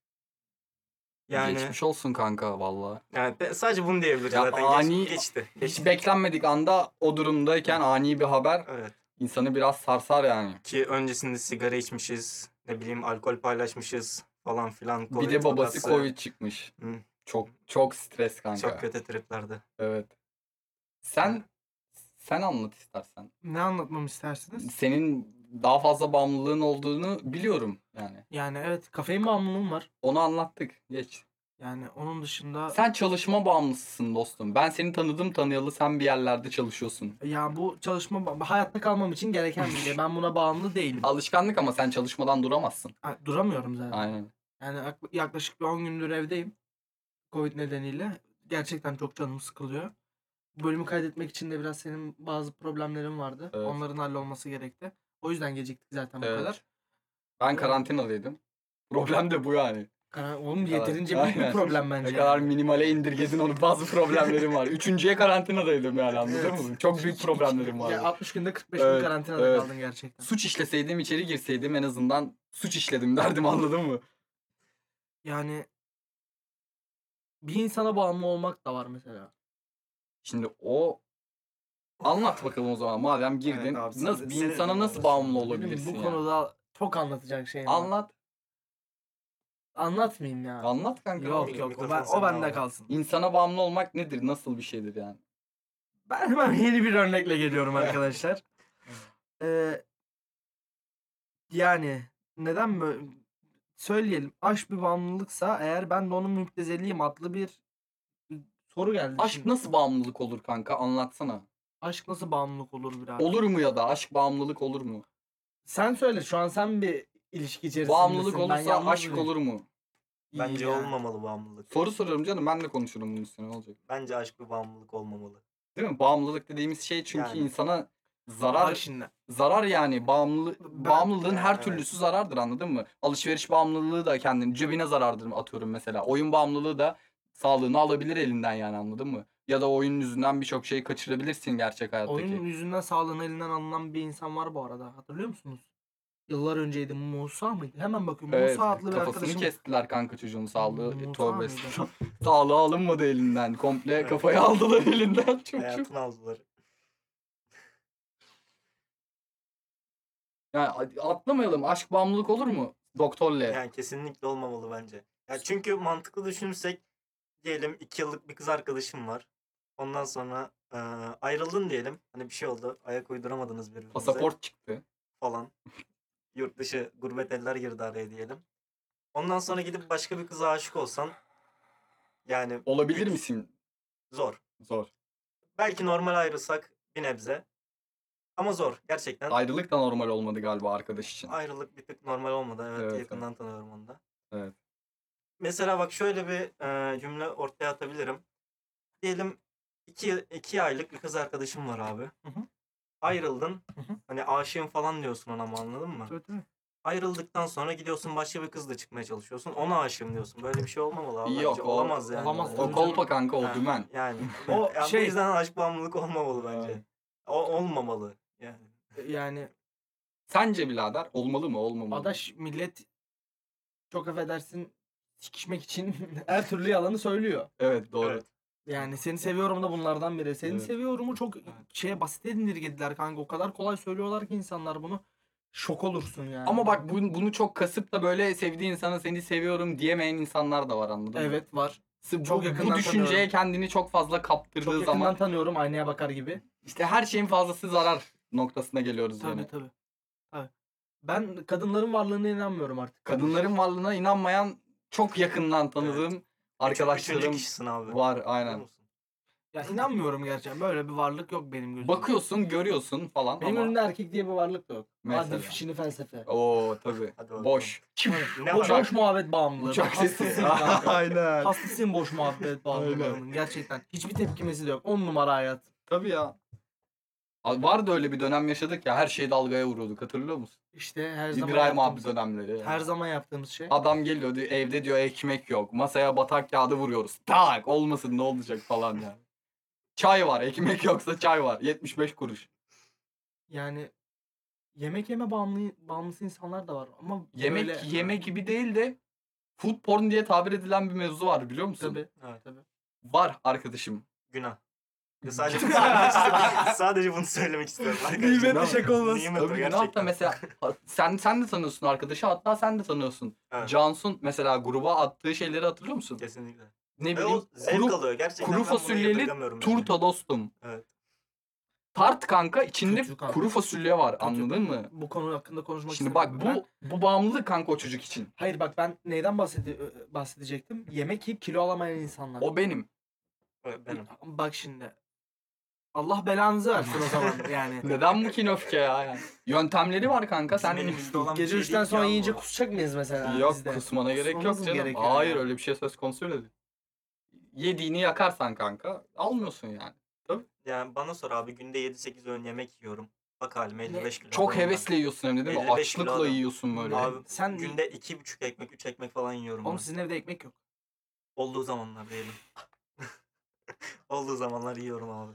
Yani, Geçmiş olsun kanka valla. yani de- sadece bunu diyebiliriz Ya zaten. Geç- ani- geçti. Hiç geçti. beklenmedik anda o durumdayken ani bir haber Evet. insanı biraz sarsar yani. Ki öncesinde sigara içmişiz. Ne bileyim alkol paylaşmışız falan filan. Bir de Covid babası vakası. Covid çıkmış. Hı. Çok çok stres kanka. Çok kötü triplerdi. Evet. Sen Sen anlat istersen. Ne anlatmamı istersiniz? Senin daha fazla bağımlılığın olduğunu biliyorum yani. Yani evet, kafein bağımlılığım var. Onu anlattık. Geç. Yani onun dışında Sen çalışma bağımlısısın dostum. Ben seni tanıdım tanıyalı sen bir yerlerde çalışıyorsun. ya bu çalışma ba- hayatta kalmam için gereken bir şey. Ben buna bağımlı değilim. Alışkanlık ama sen çalışmadan duramazsın. Ha, duramıyorum zaten. Aynen. Yani ak- yaklaşık bir on gündür evdeyim. Covid nedeniyle. Gerçekten çok canım sıkılıyor. Bu bölümü kaydetmek için de biraz senin bazı problemlerin vardı. Evet. Onların hallolması gerekti. O yüzden geciktik zaten bu Evet. kadar. Ben karantinadaydım. Problem de bu yani. Kara- Oğlum Ne kadar- yeterince büyük bir Aynen. problem bence. Ne kadar minimale indirgedin onu, bazı problemlerim var. Üçüncüye karantinadaydım yani, anladın Evet. mı? Çok büyük problemlerim Ya var. altmış günde kırk beş Evet, gün karantinada evet. kaldın gerçekten. Suç işleseydim, içeri girseydim en azından suç işledim derdim, anladın mı? Yani bir insana bağımlı olmak da var mesela. Şimdi o anlat bakalım o zaman, madem girdin. Evet abi, sen nasıl de- bir seni insana dinliyorum nasıl abi. bağımlı Benim olabilirsin bu ya? konuda çok anlatacak şeyim var. Anlat. Anlatmayayım ya. Anlat kanka. Yok Mik- yok o, mikrofon ben, o sende bende abi. kalsın. İnsana bağımlı olmak nedir? Nasıl bir şeydir yani? Ben hemen yeni bir örnekle geliyorum arkadaşlar. Ee, yani neden böyle söyleyelim, aşk bir bağımlılıksa eğer, ben de onun müptezeliyim adlı bir soru geldi. Aşk şimdi. nasıl bağımlılık olur kanka? Anlatsana. Aşk nasıl bağımlılık olur birader? Olur mu ya da aşk bağımlılık olur mu? Sen söyle, şu an sen bir ilişki içerisindesin. Bağımlılık Ben olursa yalnız aşk biriyim. olur mu? Bence Yani. olmamalı bağımlılık. Soru soruyorum canım, ben de konuşurum bunun üstüne, ne olacak? Bence aşk bir bağımlılık olmamalı. Değil mi? Bağımlılık dediğimiz şey çünkü Yani. insana zarar Bak şimdi. zarar yani bağımlı Ben- bağımlılığın her Evet. türlüsü zarardır, anladın mı? Alışveriş bağımlılığı da kendini cebine zarardır, atıyorum mesela. Oyun bağımlılığı da sağlığını alabilir elinden yani, anladın mı? Ya da oyunun yüzünden birçok şey kaçırabilirsin gerçek hayattaki. Oyun yüzünden sağlığını elinden alınan bir insan var bu arada. Hatırlıyor musunuz? Yıllar önceydi. Musa mıydı? Hemen bakıyorum. Evet, Musa adlı bir kafasını arkadaşım. kestiler kanka çocuğun, sağlığı. Musa Tövbe mıydı? estağfurullah. Sağlığı alınmadı elinden. Komple Evet. kafayı aldılar elinden çocuğu. Hayatını aldılar. Yani atlamayalım. Aşk bağımlılık olur mu? Doktorla. Yani kesinlikle olmamalı bence. Ya çünkü mantıklı düşünürsek, diyelim iki yıllık bir kız arkadaşım var. Ondan sonra e, ayrıldın diyelim. Hani bir şey oldu. Ayak uyduramadınız birbirinize Pasaport çıktı. falan. Yurt dışı gurbet eller girdi araya diyelim. Ondan sonra gidip başka bir kıza aşık olsan, yani Olabilir misin? zor. Zor. Belki normal ayrılsak bir nebze. Ama zor. Gerçekten Ayrılık da normal olmadı galiba arkadaş için. ayrılık bir tık normal olmadı. Evet, Evet, yakından tanıyorum onu da. Evet. Mesela bak şöyle bir e, cümle ortaya atabilirim. Diyelim iki, iki aylık bir kız arkadaşım var abi. Hı hı. Ayrıldın. Hı hı. Hani aşığım falan diyorsun ona, ama anladın mı? Evet, evet. Ayrıldıktan sonra gidiyorsun başka bir kızla çıkmaya çalışıyorsun. Ona aşığım diyorsun. Böyle bir şey olmamalı abi. Yok, bence. o- Olamaz yani. olamaz O tabii kolpa kanka, o Ha, dümen. Yani. O yani şey- Bu yüzden aşk bağımlılık olmamalı bence. Evet. O olmamalı. Yani. Yani Sence birader olmalı mı olmamalı mı? adaş millet, çok affedersin, sikişmek için her türlü yalanı söylüyor. Evet, doğru. Evet. Yani seni seviyorum da bunlardan biri. Seni Evet. seviyorumu çok şeye basit indirgediler kanka. O kadar kolay söylüyorlar ki insanlar bunu. Şok olursun yani. Ama bak bunu, bunu çok kasıp da böyle sevdiği insana seni seviyorum diyemeyen insanlar da var, anladın mı? Evet, var. Sırf Çok bu, bu yakından düşünceye tanıyorum. kendini çok fazla kaptırdığı Çok yakından zaman tanıyorum, aynaya bakar gibi. işte her şeyin fazlası zarar noktasına geliyoruz Tabii yani. tabii. Tabii. Ben kadınların varlığına inanmıyorum artık. Kadınların varlığına inanmayan çok yakından tanıdığım arkadaşlarım Üçüncü kişisin abi. var, Biliyor aynen. musun? Ya inanmıyorum gerçekten. Böyle bir varlık yok benim gözümde. Bakıyorsun, görüyorsun falan Benim ama önümde erkek diye bir varlık da yok. Mesela. Hadi fişini felsefe. o tabii Hadi bakalım. boş. Ne Boş, var? boş muhabbet bağımlılığı. Çok Ben sessiz. hastasıyım kanka. Aynen. Hastasıyım boş muhabbet bağımlılığının gerçekten. Hiçbir tepkimesi de yok. On numara hayat. Tabii ya. A- Vardı öyle bir dönem yaşadık ya, her şey dalgaya vuruyorduk, hatırlıyor musun? İşte her zaman İbrahim abi yaptığımız, dönemleri. her zaman yaptığımız şey. Adam geliyor diyor, evde diyor ekmek yok. Masaya batak kağıdı vuruyoruz. Tak olmasın ne olacak falan yani. Çay var, ekmek yoksa çay var. yetmiş beş kuruş. Yani yemek yeme bağımlı, bağımlısı insanlar da var ama Yemek böyle... yeme gibi değil de food porn diye tabir edilen bir mevzu var, biliyor musun? Tabii. Evet. Tabii. Var arkadaşım. Günah. Ya sadece bunu söylemek istiyorum. Sadece bunu söylemek istiyorum arkadaşlar. Nimetle şaka olmasın. Nimet o Tabii günah da gerçekten. mesela ha- sen sen de tanıyorsun arkadaşı, hatta sen de tanıyorsun. Evet. Cansun mesela gruba attığı şeyleri hatırlıyor musun? Kesinlikle. Ne Ve bileyim o zevk kuru, alıyor. Gerçekten kuru ben bunu fasulyeli yadırgamıyorum yani. turta dostum. Evet. Tart kanka, içinde Kötü kanka. kuru fasulye var, Kötü. anladın mı? Bu konu hakkında konuşmak Şimdi bak istemiyorum. bu Ben- bu bağımlılık kanka o çocuk için. Hayır bak ben neyden bahsede bahsedecektim? Yemek yiyip kilo alamayan insanlar. O benim. Benim. Bak şimdi. Allah belanızı versin o zaman yani. Neden bu kinofke ya yani? Yöntemleri var kanka. Sen Bizim elimizde olan bir Gece şey üçten değil ki sonra abi yiyince bu. kusacak mıyız mesela Yok, bizde? kusmana gerek yok Kusmamız mı canım. gerekiyor Hayır, yani? öyle bir şey söz konusu öyle değil. Yediğini yakarsan kanka almıyorsun yani. Yani bana sor abi, günde yedi sekiz öğün yemek yiyorum. Bak halime elli beş kilo. Çok adamım ben. hevesle yiyorsun hem de değil mi? elli beş kilo Açlıkla adam. yiyorsun böyle. Abi Sen- günde iki buçuk ekmek, üç ekmek falan yiyorum. Oğlum ben. sizin evde ekmek yok. Olduğu zamanlar diyelim. Olduğu zamanlar yiyorum abi.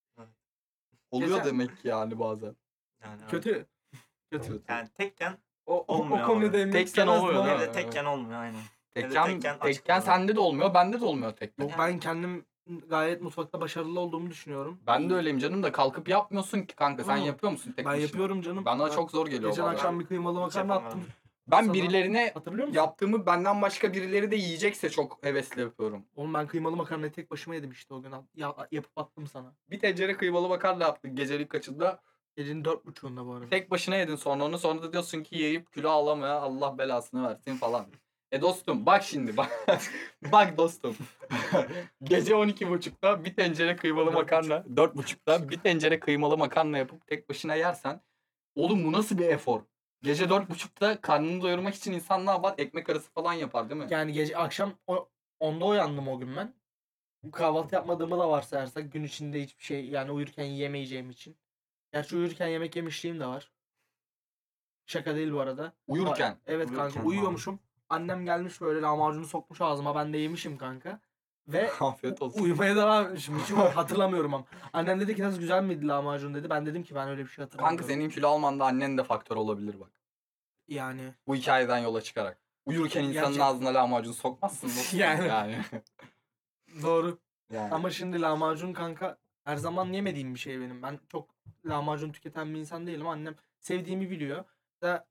Oluyor Geçen- demek ki yani bazen. Yani evet. Kötü. Kötü. Kötü. Yani tekken O, o, Olmuyor o konuda abi. emin Tekken istemezdim oluyor ama- değil mi? evde tekken olmuyor aynen. Tekken, tekken tekken, açık oluyor. sende de olmuyor, bende de olmuyor tekken. Yok ben kendim gayet mutfakta başarılı olduğumu düşünüyorum. Ben de öyleyim canım da kalkıp yapmıyorsun ki kanka. Sen Oğlum, yapıyor musun tek Ben başına? yapıyorum canım. Bana Ben çok zor geliyor Geçen bazen. akşam bir kıymalı makarna yapamıyorum. attım. Ben Sana- birilerine Hatırlıyor musun? yaptığımı benden başka birileri de yiyecekse çok hevesle yapıyorum. Oğlum ben kıymalı makarnayı tek başıma yedim işte o gün. Ya, yapıp attım sana. Bir tencere kıymalı makarna yaptık gecelik kaçında. Gecenin dört buçuğunda bu arada. Tek başına yedin sonra onu, sonra da diyorsun ki yiyip kilo alamaya Allah belasını versin falan. E dostum bak şimdi bak. Bak dostum. Gece on iki buçukta bir tencere kıymalı Dört makarna. dört buçukta bir tencere kıymalı makarna yapıp tek başına yersen. Oğlum bu nasıl bir efor? Gece dört buçukta karnını doyurmak için insan ne yapar? Ekmek arası falan yapar değil mi? Yani gece akşam o- onda uyandım o gün ben. Kahvaltı yapmadığımı da varsayarsak gün içinde hiçbir şey yani uyurken yiyemeyeceğim için. Gerçi uyurken yemek yemişliğim de var. Şaka değil bu arada. Uyurken. Aa, Evet kanka Uyurken uyuyormuşum. Annem gelmiş böyle lahmacunu sokmuş ağzıma ben de yemişim kanka. Ve Afiyet olsun. uyumaya devam etmişim. Hiç hatırlamıyorum ama. Annem dedi ki nasıl güzel miydi lahmacun dedi. Ben dedim ki ben öyle bir şey hatırlamıyorum. Kanka senin kilo almanda annen de faktör olabilir bak. Yani Bu hikayeden yola çıkarak. Uyurken insanın Gerçek- ağzına lahmacun sokmazsın dostum. Yani. yani. doğru. yani. Ama şimdi lahmacun kanka her zaman yemediğim bir şey benim. Ben çok lahmacun tüketen bir insan değilim. Annem sevdiğimi biliyor. Da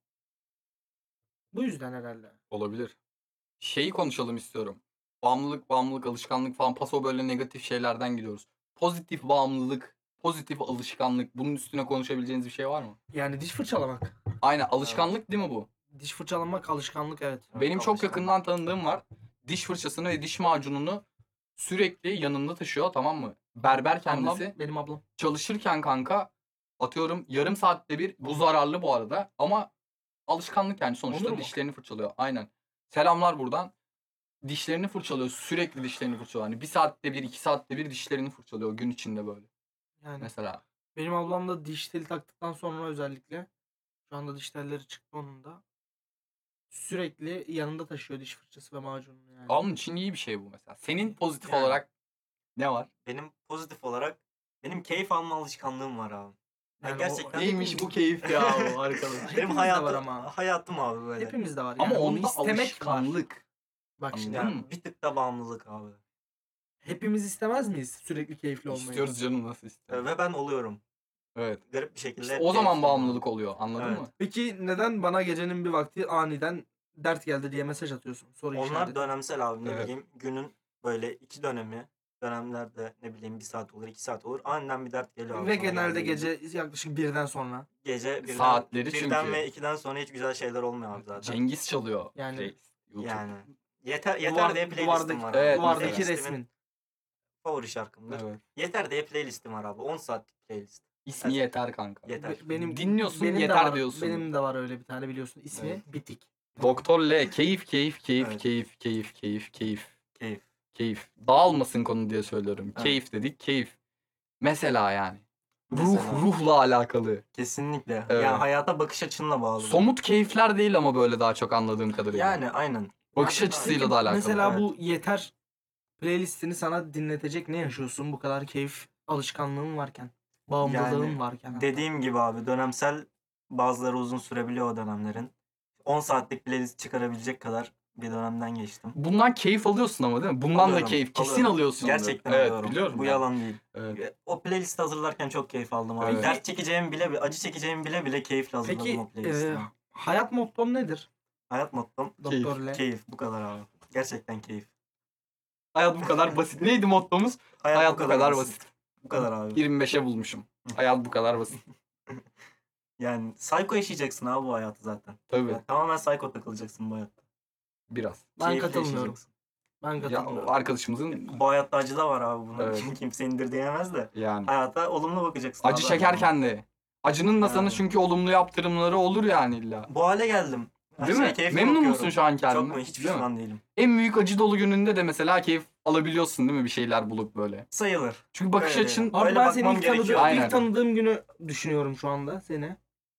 bu yüzden herhalde. Olabilir. Şeyi konuşalım istiyorum. Bağımlılık, bağımlılık, alışkanlık falan paso böyle negatif şeylerden gidiyoruz. Pozitif bağımlılık, pozitif alışkanlık. Bunun üstüne konuşabileceğiniz bir şey var mı? Yani diş fırçalamak. Aynen alışkanlık değil mi bu? Diş fırçalamak alışkanlık evet. Evet, Benim çok alışkanlık. yakından tanıdığım var. Diş fırçasını ve diş macununu sürekli yanında taşıyor, tamam mı? Berber kendisi. Ablam, benim ablam. Çalışırken kanka atıyorum yarım saatte bir, bu zararlı bu arada ama alışkanlık yani sonuçta Olur mu? dişlerini fırçalıyor. Aynen. Selamlar buradan. Dişlerini fırçalıyor. Sürekli dişlerini fırçalıyor. Hani bir saatte bir, iki saatte bir dişlerini fırçalıyor gün içinde böyle. Yani Mesela. benim ablam da diş teli taktıktan sonra özellikle şu anda diş telleri çıktı onun da. Sürekli yanında taşıyor diş fırçası ve macununu yani. Onun için iyi bir şey bu mesela. Senin pozitif Yani. olarak ne var? Benim pozitif olarak benim keyif alma alışkanlığım var abi. Yani Yani o- gerçekten Neymiş bu keyif ya bu arkadaş. benim Hepimizde hayatım, var ama. hayatım abi böyle. Hepimizde var. Ama Yani onu onda istemek var. alışkanlık. Bak şimdi Anladın Yani mı? bir tık da bağımlılık abi. hepimiz istemez miyiz sürekli keyifli olmayı? İstiyoruz canım, nasıl Ee, istiyoruz. Ve ben oluyorum. Evet. Garip bir şekilde. İşte hep o zaman keyifliyim bağımlılık abi. oluyor, anladın Evet. mı? Peki neden bana gecenin bir vakti aniden dert geldi diye mesaj atıyorsun? Soru Onlar işareti. dönemsel abi, ne Evet. bileyim günün böyle iki dönemi, dönemlerde ne bileyim bir saat olur, iki saat olur. Aniden bir dert geliyor abi. Ve sana genelde geldiğinde. gece yaklaşık birden sonra. Gece birden, Saatleri birden çünkü. ve ikiden sonra hiç güzel şeyler olmuyor abi zaten. Cengiz çalıyor. Yani- Reis, YouTube. Yani. Yeter yeter Duvar- diye playlistim duvardaki, var abi. Evet, duvardaki Playlistimin resmin. favori şarkımdır. Evet. Yeter diye playlistim var abi. on saatlik playlist. İsmi yeter kanka. Yeter. Be- benim Dinliyorsun, benim de yeter var- diyorsun. Benim de var öyle bir tane biliyorsun. İsmi Evet. Bitik. Doktor L. Keyif, keyif, keyif, Evet. keyif, keyif, keyif, keyif, Keyif. keyif. Dağılmasın konu diye söylüyorum. Evet. Keyif dedik, keyif. Mesela yani. Ruh, Mesela. ruhla alakalı. Kesinlikle. Evet. Yani hayata bakış açınla bağlı. bu. Somut keyifler değil ama böyle daha çok anladığım kadarıyla. Yani aynen. Bakış Yani- açısıyla Peki, da alakalı. Mesela Evet. bu yeter playlistini sana dinletecek ne yaşıyorsun bu kadar keyif alışkanlığın varken? Bağımlılığın Yani varken. hatta. Dediğim gibi abi, dönemsel, bazıları uzun sürebiliyor o dönemlerin. on saatlik playlist çıkarabilecek kadar bir dönemden geçtim. Bundan keyif alıyorsun ama değil mi? Bundan Alıyorum, da keyif. Kesin alıyorum. alıyorsun. Gerçekten Evet, alıyorum. biliyorum. Bu yani. yalan değil. Evet. O playlisti hazırlarken çok keyif aldım abi. Evet. Dert çekeceğim bile, bir acı çekeceğim bile bile keyifle hazırladım Peki o playlisti. e, hayat motton nedir? Hayat mottom Doktor L. keyif, bu kadar abi. Gerçekten keyif. Hayat bu kadar basit. Neydi mottomuz? Hayat, bu kadar basit. Bu kadar abi. yirmi beşe bulmuşum. Hayat bu kadar basit. Yani psycho yaşayacaksın abi bu hayatı zaten. Tabii. Yani tamamen psycho takılacaksın bu hayatta. Biraz. Ben Keyifle katılmıyorum. yaşayacaksın. Ben Ya katılmıyorum. arkadaşımızın Bu hayatta acı da var abi bunun. Evet. Kim kimse indir diyemez de. yani Hayata olumlu bakacaksın. acı abi. çekerken de. Acının da sana Yani. çünkü olumlu yaptırımları olur yani illa. Bu hale geldim. Her Değil şeye mi? keyifle Memnun bakıyorum. musun şu an kendine? Çok mu? Hiç Değil mi? pişman değilim. En büyük acı dolu gününde de mesela keyif alabiliyorsun değil mi bir şeyler bulup böyle. Sayılır. Çünkü bakış Öyle açın yani. Abi Öyle ben seni bakmam ilk, tanıdığım, gerekiyor. Aynen. ilk tanıdığım günü düşünüyorum şu anda seni.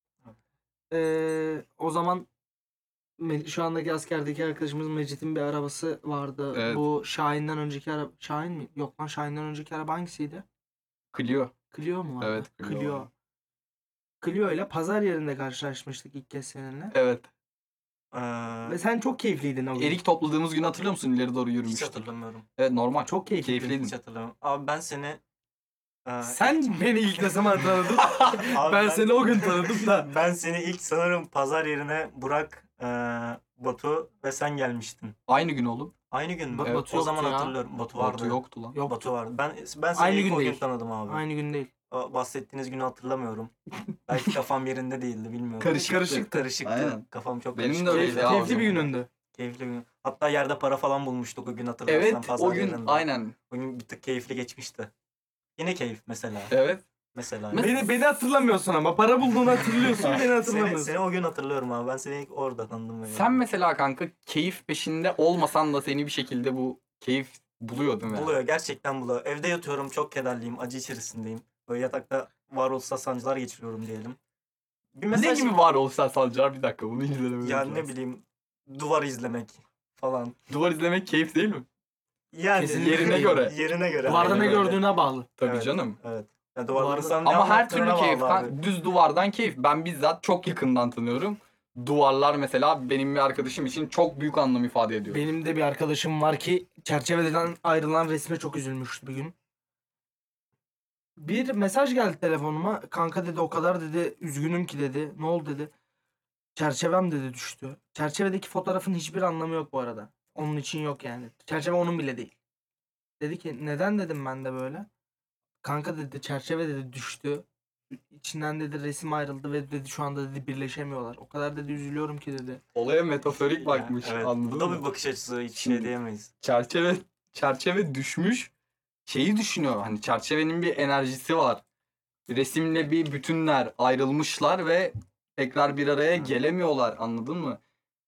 Ee, o zaman Me- şu andaki askerdeki arkadaşımız Mecit'in bir arabası vardı. Evet. Bu Şahin'den önceki araba... Şahin mi? Yok lan, Şahin'den önceki araba hangisiydi? Clio. Clio mu vardı? Evet, Clio Clio. vardı. Clio ile pazar yerinde karşılaşmıştık ilk kez seninle. Evet. Ee, Ve sen çok keyifliydin o gün. Erik topladığımız gün hatırlıyor musun? İleri doğru hiç yürümüştük. hatırlamıyorum. Evet normal. Çok keyifliydin. Keyifliydin. Hiç hatırlamıyorum. Abi ben seni... e, Sen beni ilk ne zaman tanıdın? Abi ben seni o gün tanıdım da. Ben seni ilk sanırım pazar yerine Burak, e, Batu ve sen gelmiştin. Aynı gün oğlum. Aynı gün mü? Ba- Batu o zaman yoktu ya. hatırlıyorum. Batu vardı. Batu yoktu lan. Yok. Batu vardı. Ben ben seni Aynı ilk gün o gün değil. tanıdım abi. Aynı gün değil. O bahsettiğiniz günü hatırlamıyorum. Belki kafam yerinde değildi, bilmiyorum. Karışıktı. Karışık karışıktı. Aynen. Kafam çok Benim karışık. de öyleydi Keyifli, ya o keyifli bir zaman. günündü. Keyifli gün. Hatta yerde para falan bulmuştuk o gün hatırlarsan. Evet pazar o gün yerinde. aynen. O gün bir tık keyifli geçmişti. Yine keyif mesela. Evet. Mesela. Mes- Beni, beni hatırlamıyorsun ama. Para bulduğunu hatırlıyorsun, beni Seni, hatırlamıyorsun. seni o gün hatırlıyorum abi. Ben seni ilk orada tanıdım. böyle. Sen mesela kanka keyif peşinde olmasan da seni bir şekilde bu keyif buluyor değil mi? Buluyor. Gerçekten buluyor. Evde yatıyorum. Çok kederliyim. Acı içerisindeyim. Böyle yatakta varoluşsal sancılar geçiriyorum diyelim. Bir Ne mesaj gibi var olsa Sancar bir dakika bunu izlemedim. Ya ne bileyim duvar izlemek falan. Duvar izlemek keyif değil mi? Yani Kesinlikle yerine göre. Yerine göre. Duvarda aynen ne öyle. gördüğüne bağlı. Tabii Evet, canım. Evet. Ya duvarların Duvarda- sana ne Ama her türlü anlattığına keyif. bağlı abi. kan- Düz duvardan keyif. Ben bizzat çok yakından tanıyorum. Duvarlar mesela benim bir arkadaşım için çok büyük anlam ifade ediyor. Benim de bir arkadaşım var ki çerçeveden ayrılan resme çok üzülmüştü bir gün. Bir mesaj geldi telefonuma. Kanka dedi, o kadar dedi üzgünüm ki dedi. Ne oldu dedi. Çerçevem dedi düştü. Çerçevedeki fotoğrafın hiçbir anlamı yok bu arada. Onun için yok yani. Çerçeve onun bile değil. Dedi ki neden dedim ben de böyle. Kanka dedi çerçeve dedi düştü. İçinden dedi resim ayrıldı ve dedi şu anda dedi birleşemiyorlar. O kadar dedi üzülüyorum ki dedi. Olaya metaforik Ya, bakmış. evet. Bu Anladın da mı? bir bakış açısı. Hiç Şimdi- şey diyemeyiz. Çerçeve çerçeve düşmüş. Şeyi düşünüyor. Hani çerçevenin bir enerjisi var. Resimle bir bütünler, ayrılmışlar ve tekrar bir araya Hı. gelemiyorlar. Anladın mı?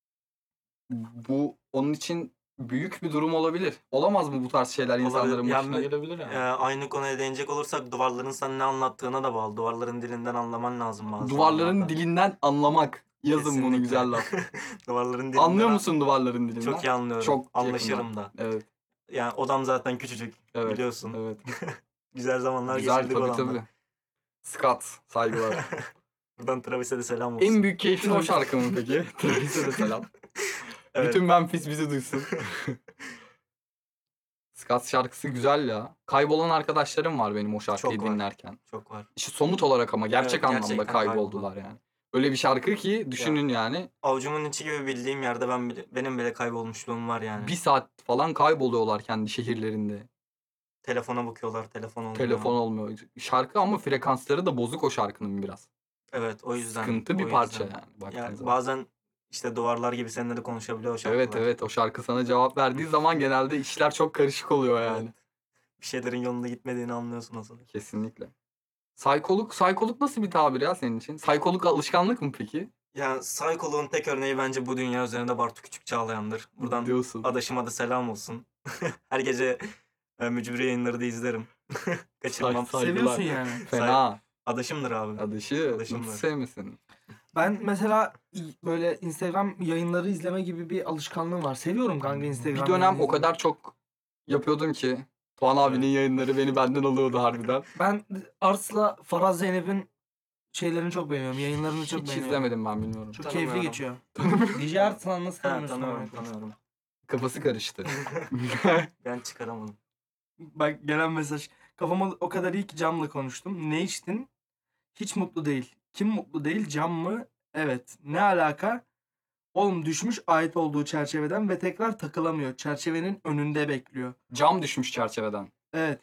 Bu onun için büyük bir durum olabilir. Olamaz mı bu tarz şeyler insanların Olabilir. başına Yani- gelebilir yani. Ee, aynı konuya değinecek olursak duvarların sana ne anlattığına da bağlı. Duvarların dilinden anlaman lazım bazı Duvarların zamanlarda. dilinden anlamak. Yazın bunu Kesinlikle. güzel laf. Duvarların dilinden Anlıyor musun duvarların dilinden? Çok iyi anlıyorum. Çok Anlaşırım da. Evet. Yani odam zaten küçücük Evet. biliyorsun. Evet. Güzel zamanlar Güzel geçirdik tabii odamda. tabii. Scott saygılar. Buradan Travis'e de selam olsun. En büyük keyfin o şarkı mı peki? Travis'e de selam. Evet. Bütün Memphis bizi duysun. Scott şarkısı güzel ya. Kaybolan arkadaşlarım var benim o şarkıyı Çok var. dinlerken. Çok var. İşte somut olarak ama gerçek Evet, anlamda gerçekten kayboldular yani. Öyle bir şarkı ki düşünün yani Avucumun içi gibi bildiğim yerde ben bile, benim bile kaybolmuşluğum var yani. bir saat falan kayboluyorlar kendi şehirlerinde. Telefona bakıyorlar, telefon olmuyor. Telefon olmuyor. Şarkı ama frekansları da bozuk o şarkının biraz. Evet, o yüzden. Sıkıntı o bir yüzden. parça yani. baktığın Yani zaman. bazen işte duvarlar gibi seninle de konuşabiliyor o şarkılar. Evet evet o şarkı sana cevap verdiği zaman genelde işler çok karışık oluyor yani. Evet. Bir şeylerin yolunda gitmediğini anlıyorsun aslında. Kesinlikle. Saykoluk, saykoluk nasıl bir tabir ya senin için? Saykoluk alışkanlık mı peki? Yani Psycholoğun tek örneği bence bu dünya üzerinde Bartu Küçük Çağlayan'dır. Buradan diyorsun. adaşıma da selam olsun. Her gece e, mücbir yayınları da izlerim. Kaçırmam. Say- saygılar. Seviyorsun yani. Fena. Adaşımdır abi. Adışı Adaşım nasıl var. sevmesin? Ben mesela i- böyle Instagram yayınları izleme gibi bir alışkanlığım var. Seviyorum kanka Instagram Bir dönem yayını o izlemeyi. kadar çok yapıyordum ki Tuğan abinin yayınları beni benden alıyordu harbiden. Ben Ars'la Faraz Zeynep'in şeylerini çok beğeniyorum. Yayınlarını çok Hiç beğeniyorum. izlemedim ben bilmiyorum. Çok keyifli Tanımıyorum. geçiyor. D J Arslan nasıl Ha, tanımıyorsun? tanıyorum, ama? tanıyorum. Kafası karıştı. Ben çıkaramadım. Bak gelen mesaj. Kafama o kadar iyi ki Cam'la konuştum. Ne içtin? Hiç mutlu değil. Kim mutlu değil? Cam mı? Evet. Ne alaka? Oğlum düşmüş ait olduğu çerçeveden ve tekrar takılamıyor. Çerçevenin önünde bekliyor. Cam düşmüş çerçeveden. Evet.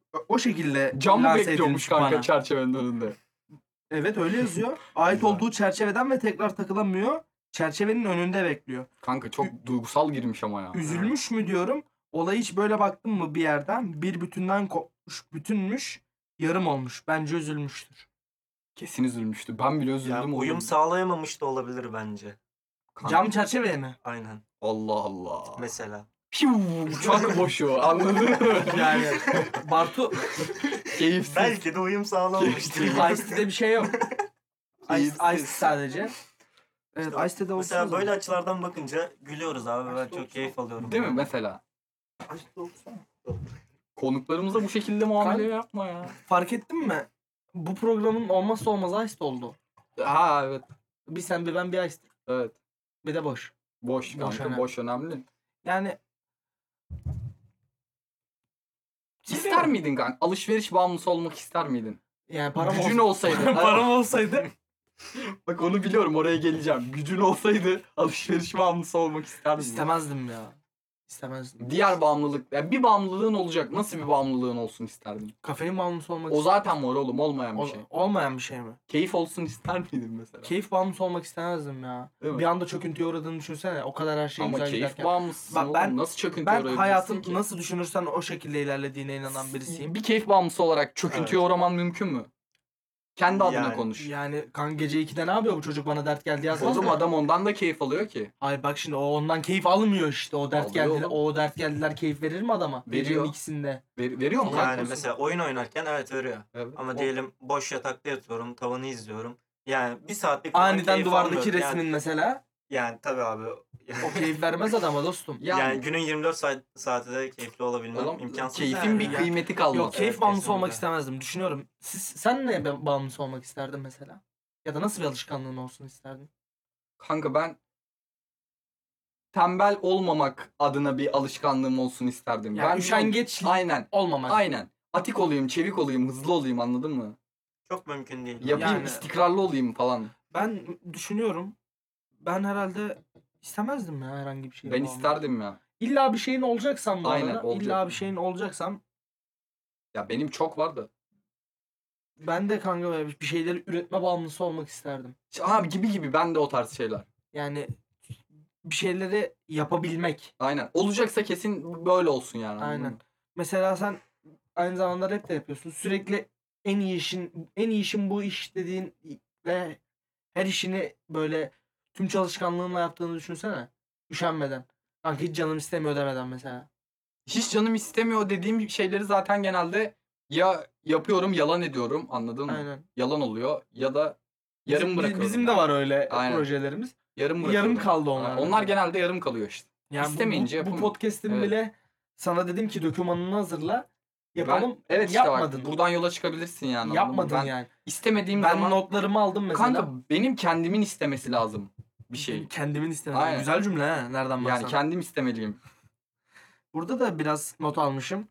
o şekilde Cam mı lanse bekliyormuş edilmiş kanka bana. çerçevenin önünde? Evet öyle yazıyor. Ait Güzel. olduğu çerçeveden ve tekrar takılamıyor. Çerçevenin önünde bekliyor. Kanka çok duygusal girmiş ama ya. Üzülmüş mü diyorum. Olay hiç böyle baktın mı bir yerden? Bir bütünden kopmuş, bütünmüş, yarım olmuş. Bence üzülmüştür. Kesin üzülmüştü. Ben bile üzüldüm. Ya, oğlum. uyum sağlayamamış da olabilir bence. Kanka, Cam çerçeveye mi? Aynen. Allah Allah. Mesela. Piu, uçak boşu anladın mı? Yani Bartu Keyifsiz. Belki de uyum sağlamamıştır. Ice'de bir şey yok. Ice, Keyifsiz. Ice sadece. Evet Ice'de de olsun. Mesela o zaman. böyle açılardan bakınca gülüyoruz abi. Ben çok keyif alıyorum. Değil mi mesela? Ice'de olsun. Konuklarımıza bu şekilde muamele Kanka- yapma ya. Fark ettin mi? Bu programın olmazsa olmazı Ice'de oldu. Ha evet. Bir sen bir ben bir Ice'de. Evet. Bir de boş. Boş Boş kanka önemli. boş önemli. Yani İster miydin kanka? Alışveriş bağımlısı olmak ister miydin? yani param Gücün olsa- olsaydı. param olsaydı Bak onu biliyorum, oraya geleceğim. Gücün olsaydı alışveriş bağımlısı olmak ister miydin? istemezdim ya. İstemezdim. Diğer bağımlılık. Yani bir bağımlılığın olacak. Nasıl bir bağımlılığın olsun isterdin? Kafein bağımlısı olmak O zaten var oğlum, olmayan bir Ol- şey. olmayan bir şey mi? Keyif olsun ister miydin mesela? Keyif bağımlısı olmak istemezdim ya. Değil mi? Bir anda çöküntüye uğradığını düşünsene. O kadar her şey Ama güzel keyif giderken. bağımlısısın Bak oğlum. ben- Nasıl çöküntüye Ben uğrayabilirsin hayatın ki? nasıl düşünürsen o şekilde ilerlediğine inanan birisiyim. Bir keyif bağımlısı olarak çöküntüye uğraman mümkün mü? Kendi adına Yani- konuş. Yani kan gece ikide ne yapıyor bu çocuk, bana dert geldi yazmaz Oğlum mı? adam ondan da keyif alıyor ki. Ay bak şimdi o ondan keyif almıyor işte. O dert Alıyor geldi. oğlum. O dert geldiler keyif verir mi adama? Veriyor. Gecenin ikisinde. Ver- veriyor mu Yani kanka? mesela oyun oynarken evet veriyor. Evet. Ama O- diyelim boş yatakta yatıyorum, tavanı izliyorum. Yani bir saatlik falan Aniden keyif duvardaki almıyorum. resmin mesela Yani, yani tabii abi. o keyif vermez adama dostum. Yani, Yani, günün yirmi dört saat, saati de keyifli olabilmem oğlum, imkansız. keyfin yani. bir Ya- kıymeti kalmaz. Yok keyif Evet, bağımlısı kesinlikle. olmak istemezdim. Düşünüyorum. Siz, sen ne ba- bağımlısı olmak isterdin mesela? Ya da nasıl bir alışkanlığın olsun isterdin? Kanka ben tembel olmamak adına bir alışkanlığım olsun isterdim. Yani ben üşengeç Aynen. olmamak. Aynen. Atik olayım, çevik olayım, hızlı olayım, anladın mı? Çok mümkün değil. Yapayım, Yani- istikrarlı olayım falan. Ben düşünüyorum. Ben herhalde istemezdim ya herhangi bir şey. Ben isterdim ya. İlla bir şeyin olacaksam bu Aynen, arada. olacak. İlla bir şeyin olacaksam Ya benim çok vardı. ben de kanka böyle bir şeyleri üretme bağımlısı olmak isterdim. Abi gibi gibi ben de o tarz şeyler. Yani bir şeyleri yapabilmek. Aynen. Olacaksa kesin böyle olsun yani. anladın Aynen. mı? Mesela sen aynı zamanda rap de yapıyorsun. Sürekli en iyi işin en iyi işin bu iş dediğin ve her işini böyle tüm çalışkanlığınla yaptığını düşünsene. Üşenmeden. Kanka hiç canım istemiyor demeden mesela. Hiç canım istemiyor dediğim şeyleri zaten genelde ya yapıyorum, yalan ediyorum, anladın mı? Aynen. Yalan oluyor ya da yarım bizim, bırakıyorum. Bizim de var öyle Aynen. projelerimiz. Yarım Yarım bırakıyorum. kaldı onlar. Onlar mesela. genelde yarım kalıyor işte. Yani bu- İstemeyince bu, bu yapamıyorum. podcast'in Evet. bile sana dedim ki dokümanını hazırla. Yapalım. Ben, evet işte yapmadın. bak buradan yola çıkabilirsin yani. anladın mı? Yapmadın ben yani. istemediğim Ben zaman notlarımı aldım mesela. kanka benim kendimin istemesi lazım bir şey. Kendimin istemedim. Aynen. Güzel cümle ha. Nereden Yani baksan. kendim istemeliyim. Burada da biraz not almışım.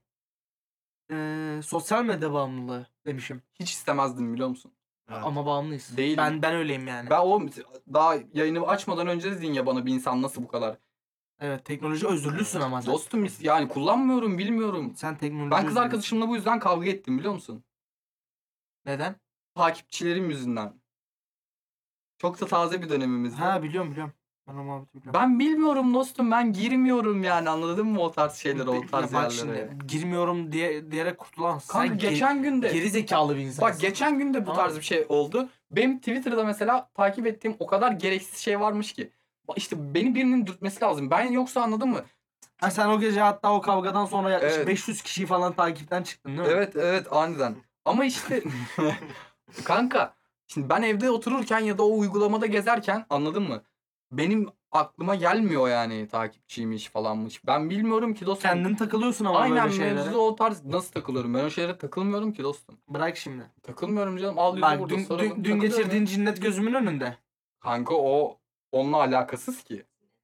Ee, sosyal medya bağımlılığı demişim. Hiç istemezdim biliyor musun? Evet. Ama bağımlıyız. Değilim. Ben ben öyleyim yani. Ben o daha yayını açmadan önce dedin ya bana bir insan nasıl bu kadar. Evet, teknoloji özürlüsün ama sen. Dostum yani kullanmıyorum, bilmiyorum. Sen teknoloji Ben kız özürlüsün. arkadaşımla bu yüzden kavga ettim biliyor musun? Neden? Takipçilerim yüzünden. Çok da taze bir dönemimizde. Ha biliyorum biliyorum. Ben o muhabbeti biliyorum. Ben bilmiyorum dostum, ben girmiyorum yani, anladın mı o tarz şeylere, o Ya tarz bak yerlere. şimdi girmiyorum diye diyerek kurtulan Kanka sen geçen gün de geri, geri zekalı bir insansın. bak geçen gün de bu Tamam. tarz bir şey oldu. Benim Twitter'da mesela takip ettiğim o kadar gereksiz şey varmış ki. İşte beni birinin dürtmesi lazım. Ben yoksa, anladın mı? Ha, sen o gece hatta o kavgadan sonra yaklaşık Evet. beş yüz kişiyi falan takipten çıktın değil mi? Evet evet aniden. Ama işte kanka şimdi ben evde otururken ya da o uygulamada gezerken, anladın mı? Benim aklıma gelmiyor yani takipçiymiş falanmış. Ben bilmiyorum ki dostum. Kendin takılıyorsun ama Aynen böyle şeylere. mevzuda o tarz nasıl takılıyorum? Ben o şeylere takılmıyorum ki dostum. Bırak şimdi. Takılmıyorum canım. Al yüzü Bak burada dün, soralım. dün, dün Takılıyorum. geçirdiğin cinnet gözümün önünde. Kanka o onunla alakasız ki.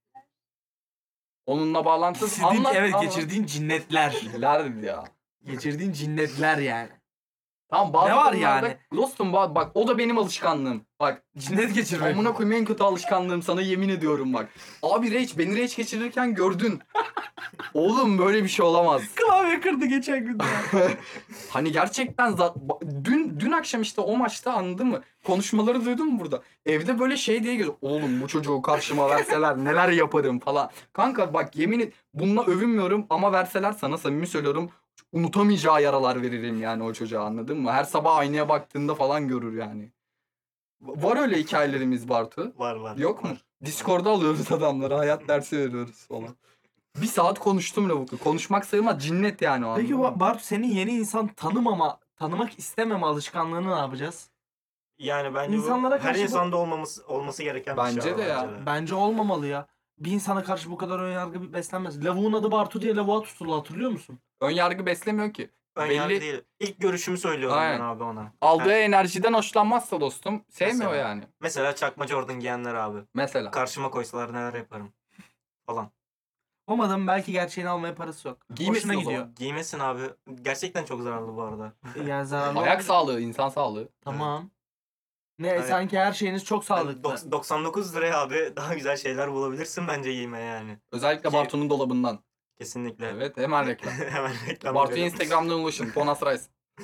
Onunla bağlantısız. Geçirdiğin, Anlat, evet anlat. geçirdiğin cinnetler. Neler ya. geçirdiğin cinnetler yani. Tamam bazı Ne var konularda- yani? Dostum bak, bak o da benim alışkanlığım. Bak Cinnet geçirmek. amına koyayım en kötü alışkanlığım, sana yemin ediyorum bak. Abi rage, beni rage geçirirken gördün. Oğlum böyle bir şey olamaz. Klavye kırdı geçen gün. Hani gerçekten za- ba- dün dün akşam işte o maçta anladın mı? Konuşmaları duydun mu burada? Evde böyle şey diye geziyor. Oğlum bu çocuğu karşıma verseler neler yaparım falan. Kanka bak yemin et bununla övünmüyorum ama verseler sana samimi söylüyorum unutamayacağı yaralar veririm yani o çocuğa anladın mı? Her sabah aynaya baktığında falan görür yani. Var öyle hikayelerimiz Bartu. Var var. Yok mu? var. Discord'da alıyoruz adamları hayat dersi veriyoruz falan. Bir saat konuştum lavukla. Konuşmak sayılmaz cinnet yani o an. Peki Ba- Bartu senin yeni insan tanımama, tanımak istememe alışkanlığını ne yapacağız? Yani bence İnsanlara bu her karşı bu- insanda olmaması olması gereken bir Bence şey. de abi, ya. Bence olmamalı ya. Bir insana karşı bu kadar önyargı bir beslenmez. Lavuğun adı Bartu diye lavuğa tutuldu hatırlıyor musun? Ön yargı beslemiyor ki. Ön Belli- yargı değil. İlk görüşümü söylüyorum Aynen. ben abi ona. Aldığı Ha, enerjiden hoşlanmazsa dostum sevmiyor Mesela. yani. mesela çakma Jordan giyenler abi. Mesela. Karşıma koysalar neler yaparım falan. O adamın belki gerçeğini almaya parası yok. Giymesin Hoşuna o zaman. gidiyor. Giymesin abi. Gerçekten çok zararlı bu arada. Yani zararlı Ayak olmaz. sağlığı, insan sağlığı. Tamam. Ne Yani- sanki her şeyiniz çok Yani sağlıklı. dok- doksan dokuz liraya abi daha güzel şeyler bulabilirsin bence giyme yani. Özellikle Ki- Bartu'nun dolabından. Kesinlikle. Evet hemen reklam. Hemen reklam Bartu'ya verelim. Instagram'dan ulaşın. Ponas Rice.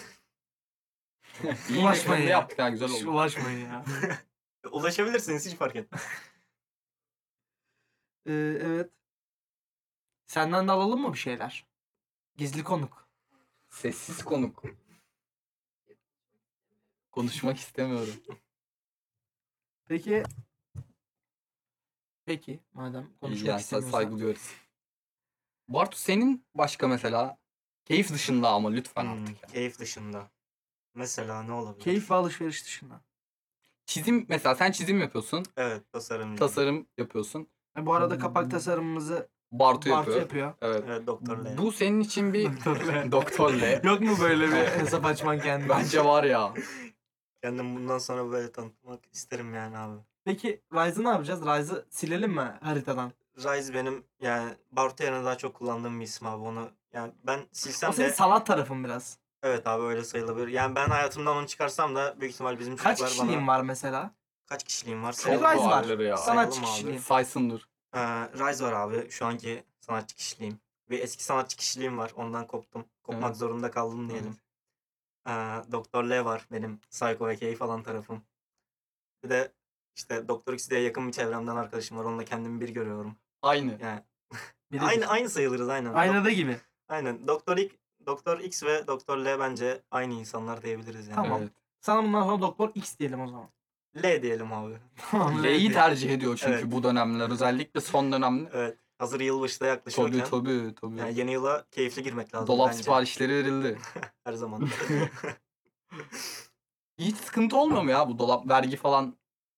İyi Ulaşmayın reklamını ya. yaptık ha güzel Hiç oldu. ulaşmayın ya. Ulaşabilirsiniz hiç fark etmez. Ee, evet. Senden de alalım mı bir şeyler? Gizli konuk. Sessiz konuk. Konuşmak istemiyorum. Peki. Peki madem İyi konuşmak yani sa- istemiyorsan. saygı duyarız. Bartu senin başka mesela keyif dışında ama lütfen Hmm, artık. Yani. keyif dışında. Mesela ne olabilir? Keyif ve alışveriş dışında. Çizim mesela sen çizim yapıyorsun. Evet tasarımcı. Tasarım yapıyorsun. E, bu arada kapak tasarımımızı Bartu, Bartu yapıyor. yapıyor. Evet. Evet doktor L. Bu senin için bir Doktor L. Doktor L. Yok mu böyle bir hesap açman kendine? Bence var ya. Kendim bundan sonra böyle tanıtmak isterim yani abi. Peki Rise'ı ne yapacağız? Rise'ı silelim mi haritadan? Rise benim yani Bartu yerine daha çok kullandığım bir isim abi onu. Yani ben silsem O senin de sanat tarafın biraz. evet abi öyle sayılabilir. Yani ben hayatımdan onu çıkarsam da büyük ihtimal bizim Kaç çocuklar kişiliğin bana... var mesela? Kaç kişiliğim var? Çok Sayalım Rise abi. var. vardır ya. Sanatçı Sayalım abi. kişiliğin. Saysın dur. Ee, Rise var abi. Şu anki sanatçı kişiliğim. Bir eski sanatçı kişiliğim var. Ondan koptum. Kopmak Evet. zorunda kaldım diyelim. Ee, Doktor L var benim psycho ve keyif alan tarafım. Bir de işte Doktor X diye yakın bir çevremden arkadaşım var. Onunla kendimi bir görüyorum. Aynı. Yani Birebir. aynı aynı sayılırız aynen. Aynada gibi. Aynen. Doktor X, Doktor X ve Doktor L bence aynı insanlar diyebiliriz yani. Tamam. Evet. Sana bundan sonra Doktor X diyelim o zaman. L diyelim abi. Tamam. L'yi L tercih ediyor çünkü Evet. bu dönemler. Özellikle son dönemde. Evet. Hazır yılbaşı da yaklaşıyorken. Tabii tabii tabii. Yani yeni yıla keyifli girmek lazım Dolap bence. siparişleri verildi. Her zaman. Hiç sıkıntı olmuyor mu ya bu dolap vergi falan?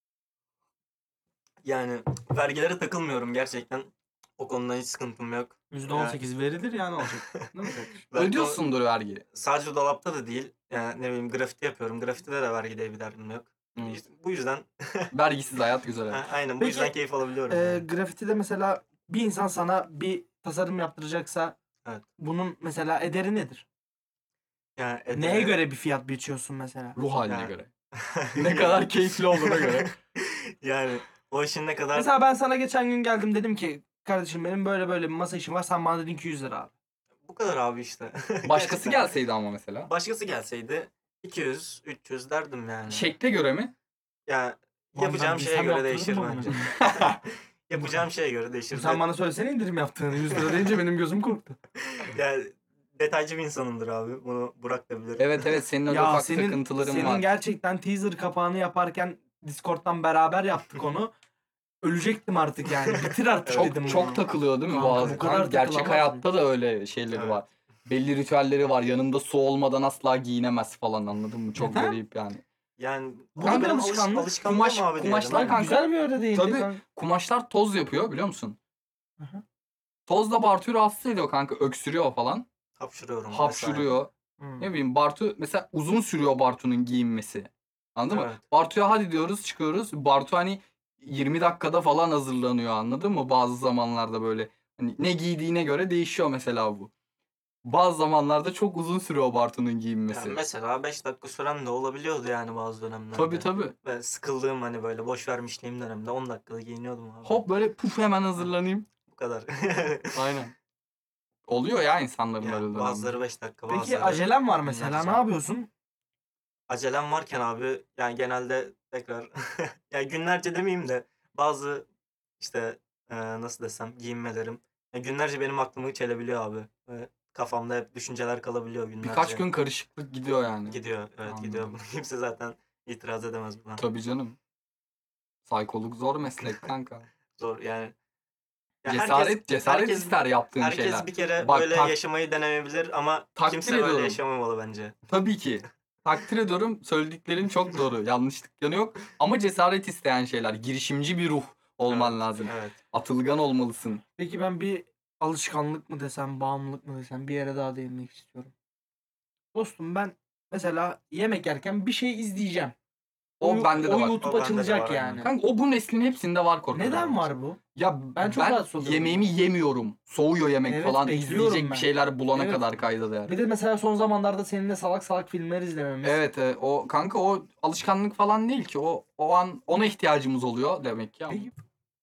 Yani vergilere takılmıyorum gerçekten. O konuda hiç sıkıntım yok. yüzde on sekiz verilir yani olacak. Değil mi kardeşim? Vergi- Ödüyorsundur vergi. Sadece dolapta da değil. Yani ne bileyim grafiti yapıyorum. Grafitide de vergi diye bir derdim yok. Hı. İşte bu yüzden Vergisiz hayat güzel. ha, hayat. aynen bu Peki, yüzden keyif alabiliyorum. Ee, yani. grafitide mesela bir insan sana bir tasarım yaptıracaksa Evet. bunun mesela ederi nedir? Yani Neye edere- göre bir fiyat biçiyorsun mesela? Ruh haline Yani- göre. Ne kadar keyifli olduğuna göre. yani o işin ne kadar Mesela ben sana geçen gün geldim dedim ki kardeşim benim böyle böyle bir masa işim var sen bana dedin ki yüz lira abi. bu kadar abi işte. Başkası Gerçekten. gelseydi ama mesela. Başkası gelseydi iki yüz üç yüz derdim yani. Şekle göre mi? Ya Lan yapacağım ben şeye bilsem göre değişir yaptırırım bence. onu. yapacağım şeye göre değişir. Sen bana söylesene indirim yaptığını. yüz lira deyince benim gözüm korktu. Yani detaycı bir insanımdır abi. Bunu Burak da bilir. Evet evet senin öyle Ya ufak senin, takıntıların senin var. gerçekten teaser kapağını yaparken Discord'dan beraber yaptık onu. Ölecektim artık yani. Bitir artık Çok dedim. çok bunu. takılıyor değil mi Kanka, bazı? bu kadar Kanka, gerçek takılamaz hayatta da öyle şeyleri Evet. var. Belli ritüelleri var. Yanında su olmadan asla giyinemez falan anladın mı? Çok Neden? garip yani. Yani Bu da bir benim alış- alışkanlık. alışkanlığım Kumaş- abi diyelim. kumaşlar Yani. kanka- Güzel bir öyle değildi. Tabii. kanka. Kumaşlar toz yapıyor biliyor musun? Hı hı. Toz da Bartu'yu rahatsız ediyor kanka. Öksürüyor falan. Hapşırıyorum. vesaire. Hapşırıyor. Hmm. Ne bileyim Bartu mesela uzun sürüyor Bartu'nun giyinmesi. Anladın mı? Evet. Bartu'ya hadi diyoruz çıkıyoruz. Bartu hani yirmi dakikada falan hazırlanıyor anladın mı? Bazı zamanlarda böyle hani ne giydiğine göre değişiyor mesela bu. Bazı zamanlarda çok uzun sürüyor Bartu'nun giyinmesi. Yani mesela beş dakika süren de olabiliyordu yani bazı dönemlerde. Tabii tabii. Ve sıkıldığım hani böyle boş vermişliğim dönemde on dakikada giyiniyordum abi. Hop böyle puf hemen hazırlanayım. Bu kadar. Aynen. Oluyor ya insanların Yani öyle dönemleri. bazıları beş dakika, Peki bazıları acelem var mesela, binlerce ne saat. yapıyorsun? Acelem varken abi yani genelde tekrar yani günlerce demeyeyim de bazı işte e, nasıl desem giyinmelerim ya günlerce benim aklımı çelebiliyor abi. Ve kafamda hep düşünceler kalabiliyor günlerce. Birkaç gün karışıklık gidiyor yani. Gidiyor, evet gidiyor. Anladım. Bunu kimse zaten itiraz edemez buna. Tabii canım. Psikolog zor meslek kanka. Zor yani. Ya Cesaret, herkes, cesaret herkes, ister yaptığın herkes şeyler. bir kere Bak, böyle tak- yaşamayı deneyebilir ama Takdir kimse böyle ediyorum. yaşamamalı bence. Tabii ki. Takdir ediyorum. Söylediklerin çok doğru. Yanlışlık yanı yok. Ama cesaret isteyen şeyler. Girişimci bir ruh olman Evet, lazım. Evet. Atılgan olmalısın. Peki ben bir alışkanlık mı desem, bağımlılık mı desem, bir yere daha değinmek istiyorum. Dostum ben mesela yemek yerken bir şey izleyeceğim. O yu- bende de o var. YouTube O bende de açılacak var, aynen. yani. Kanka o bu neslin hepsinde var korkarım. Neden var bu? Ya Ben ben, çok rahatsız oluyorum yemeğimi yemiyorum. Soğuyor yemek Evet, falan. bekliyorum İzleyecek ben. bir şeyler bulana Evet. kadar kayda değer. Bir de mesela son zamanlarda seninle salak salak filmler izlememiz. Evet, e, o kanka o alışkanlık falan değil ki. O o an ona ihtiyacımız oluyor demek ki. Ama. Peki,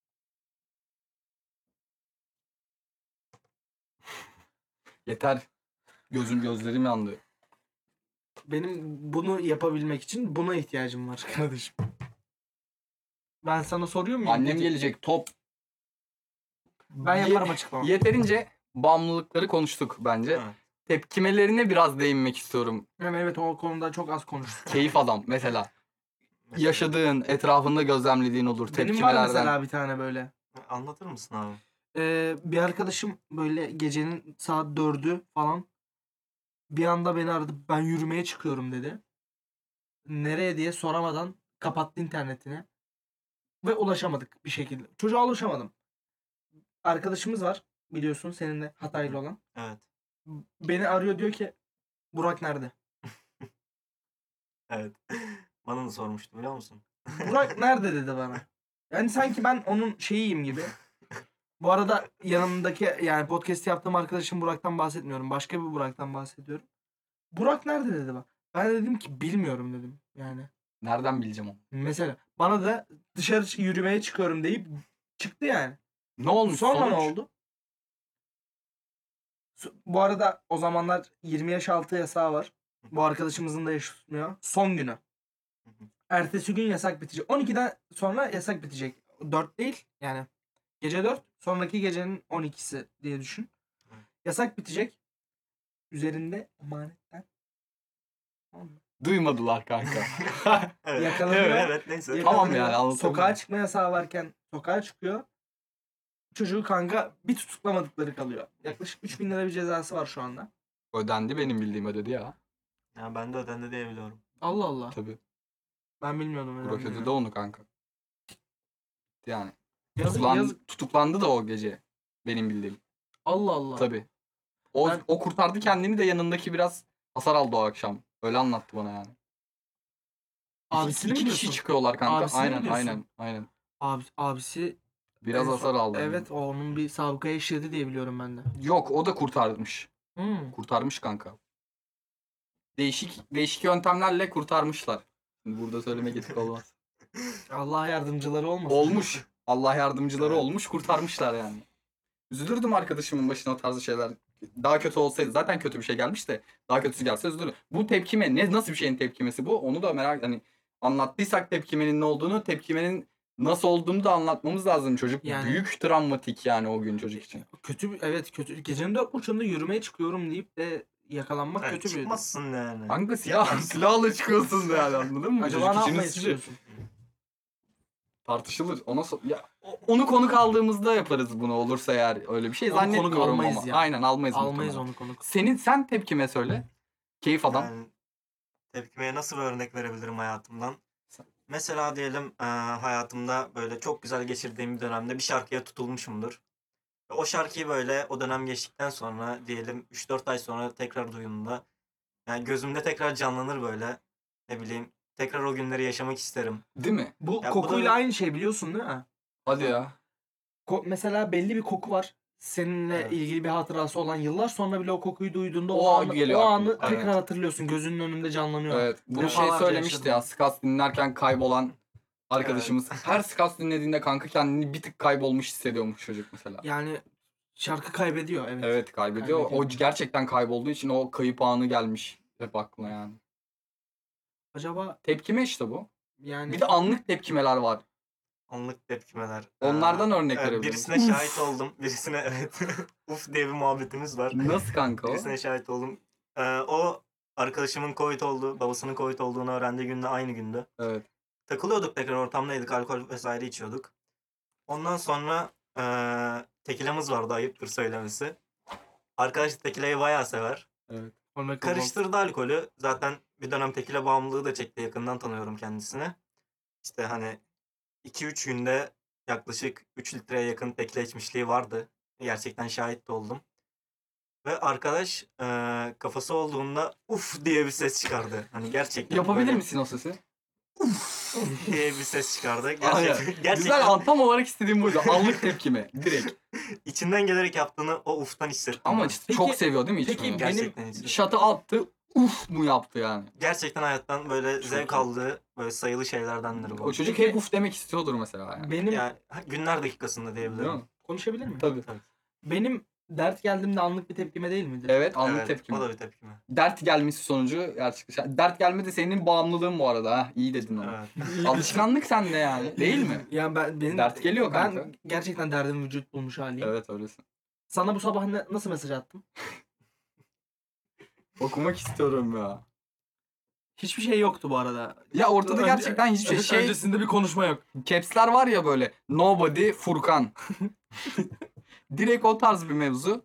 Yeter. Gözüm gözlerim yandı. benim bunu yapabilmek için buna ihtiyacım var kardeşim. Ben sana soruyor muyum? Annem Gece- gelecek top. Ben Ye- yaparım açıklama. Yeterince bağımlılıkları konuştuk bence. Evet. Tepkimelerine biraz değinmek istiyorum. Yani evet, o konuda çok az konuştuk. Keyif adam mesela. Mesela- Yaşadığın, etrafında gözlemlediğin olur. Benim var Tepkimelerden. mesela bir tane böyle. Anlatır mısın abi? Ee, bir arkadaşım böyle gecenin saat dördü falan bir anda beni aradı. Ben yürümeye çıkıyorum dedi. Nereye diye soramadan kapattı internetini. Ve ulaşamadık bir şekilde. Çocuğa ulaşamadım. Arkadaşımız var biliyorsun, seninle Hataylı olan. Evet. Beni arıyor, diyor ki Burak nerede? Evet. Bana da sormuştu biliyor musun? Burak nerede dedi bana. Yani sanki ben onun şeyiyim gibi. Bu arada yanımdaki yani podcast yaptığım arkadaşım Burak'tan bahsetmiyorum. Başka bir Burak'tan bahsediyorum. Burak nerede dedi bana. Ben dedim ki bilmiyorum dedim yani. Nereden bileceğim onu? Mesela bana da dışarı çı- yürümeye çıkıyorum deyip çıktı yani. Ne olmuş Sonra sonuç? ne oldu? So- Bu arada o zamanlar yirmi yaş altı yasağı var. Bu arkadaşımızın da yaşı tutmuyor. Son günü. Ertesi gün yasak bitecek. on ikiden sonra yasak bitecek. dört değil yani. Gece dört. Sonraki gecenin on ikisi diye düşün. Yasak bitecek. Üzerinde emanetten. Tamam mı? Duymadılar kanka. Evet. Yakalanıyor. Evet, evet neyse. Yakalanıyor. Tamam yani, anlatabildim. Sokağa çıkma yasağı varken sokağa çıkıyor. Çocuğu kanka bir tutuklamadıkları kalıyor. Yaklaşık üç bin lira bir cezası var şu anda. Ödendi, benim bildiğim ödedi ya. Ya ben de ödendi diye biliyorum. Allah Allah. Tabii. Ben bilmiyordum. Burak önemli ödedi yani. onu kanka. Yani. Yazık, Tutuklan- yazık. Tutuklandı da o gece. Benim bildiğim. Allah Allah. Tabii. O, Ben- o kurtardı kendini de yanındaki biraz hasar aldı o akşam. Öyle anlattı bana yani. Abisini İki mi kişi diyorsun? çıkıyorlar kanka. Abisini mi aynen diyorsun? aynen aynen. Abi, abisi Biraz en son- hasar aldı. Evet, onun bir sabıkaya işledi diye biliyorum ben de. Yok, o da kurtarmış. Hmm. Kurtarmış kanka. Değişik değişik yöntemlerle kurtarmışlar. Şimdi burada söylemek etik olmaz. Allah yardımcıları olmasın. Olmuş. Allah yardımcıları Evet. olmuş, kurtarmışlar yani. Üzülürdüm arkadaşımın başına o tarzı şeyler. Daha kötü olsaydı, zaten kötü bir şey gelmiş de daha kötüsü gelse üzülürüm. Bu tepkime ne, nasıl bir şeyin tepkimesi bu? Onu da merak, hani anlattıysak tepkimenin ne olduğunu, tepkimenin nasıl olduğunu da anlatmamız lazım. Çocuk Yani- büyük travmatik yani o gün çocuk için. Kötü bir- evet kötü. Gecenin dört buçuğunda yürümeye çıkıyorum deyip de yakalanmak Yani kötü bir. çıkmazsın yani. Kanka silah, silahla çıkıyorsun yani, anladın mı? Acaba Çocuk ne için yapmayı üzücü. istiyorsun? Tartışılır. Ona so- ya o- onu konuk aldığımızda yaparız bunu, olursa eğer öyle bir şey Onu konuk zannetmiyorum almayız ama. ya. Aynen almayız. Almayız muhtemelen. onu konuk. Senin sen tepkime söyle. Keyif adam. Yani tepkimeye nasıl bir örnek verebilirim hayatımdan? Mesela diyelim eee, hayatımda böyle çok güzel geçirdiğim bir dönemde bir şarkıya tutulmuşumdur. Ve o şarkıyı böyle o dönem geçtikten sonra diyelim üç dört ay sonra tekrar duyduğumda yani gözümde tekrar canlanır böyle. Ne bileyim tekrar o günleri yaşamak isterim. Değil mi? Bu Ya bu kokuyla da- aynı şey, biliyorsun değil mi? Hadi ya. Ko- mesela belli bir koku var. Seninle Evet. ilgili bir hatırası olan, yıllar sonra bile o kokuyu duyduğunda o, O anı, geliyor o aklına. anı tekrar Evet. hatırlıyorsun. Gözünün önünde canlanıyor. Evet. Bunu şey Defalarca söylemişti yaşadım. ya. Skas dinlerken kaybolan arkadaşımız. Her Skas dinlediğinde kanka kendini bir tık kaybolmuş hissediyormuş çocuk mesela. Yani Şarkı kaybediyor evet. Evet kaybediyor. Kaybediyor. O gerçekten kaybolduğu için o kayıp anı gelmiş hep aklına yani. Acaba Tepkime işte bu. yani Bir de anlık tepkimeler var. Anlık tepkimeler. Onlardan Ee, örnek e, verebilirim. Birisine şahit oldum. Birisine evet. Uf diye bir muhabbetimiz var. Nasıl kanka o? Birisine şahit oldum. Ee, o arkadaşımın Covid olduğu, babasının Covid olduğunu öğrendiği günde aynı günde. Evet. Takılıyorduk tekrar ortamdaydık. Alkol vesaire içiyorduk. Ondan sonra eee tekilamız vardı ayıptır söylemesi. Arkadaş tekilayı bayağı sever. Evet. Olmak Karıştırdı alkolü. Zaten bir dönem tekila bağımlılığı da çekti. Yakından tanıyorum kendisini. İşte hani iki üç günde yaklaşık üç litreye yakın tekila içmişliği vardı. Gerçekten şahit de oldum. Ve arkadaş eee, kafası olduğunda uf diye bir ses çıkardı. Hani gerçekten Yapabilir böyle misin o sesi? diye bir ses çıkardı. Aynen. Gerçekten, gerçekten Güzel an tam olarak istediğim buydu. Anlık tepkime. Direkt. içinden gelerek yaptığını o uftan hissettim. Ama ben. işte Peki- çok seviyor değil mi peki içmeyi? benim- Gerçekten hissettim. Şatı attı. Uf mu yaptı yani? Gerçekten hayattan böyle zevk aldığı böyle sayılı şeylerdendir bu. O çocuk Peki- hep uf demek istiyordur mesela yani. Benim Yani günler dakikasında Değil diyebilirim. mi? konuşabilir miyim? Tabii. Benim dert geldiğimde anlık bir tepkime değil midir? Evet anlık Evet, tepkime. o da bir tepkime. Dert gelmesi sonucu gerçekten. Dert gelme de senin bağımlılığın bu arada. Ha. İyi dedin onu. Evet. Alışkanlık sende yani. Değil mi? Yani ben benim Dert geliyor kanka. Ben gerçekten derdim vücut bulmuş haliyim. Evet öylesin. Sana bu sabah ne- nasıl mesaj attım? Okumak istiyorum ya. Hiçbir şey yoktu bu arada. Ya ortada Önce- gerçekten hiçbir şey. şey Öncesinde bir konuşma yok. Caps'ler var ya böyle. Nobody Furkan. Direkt o tarz bir mevzu.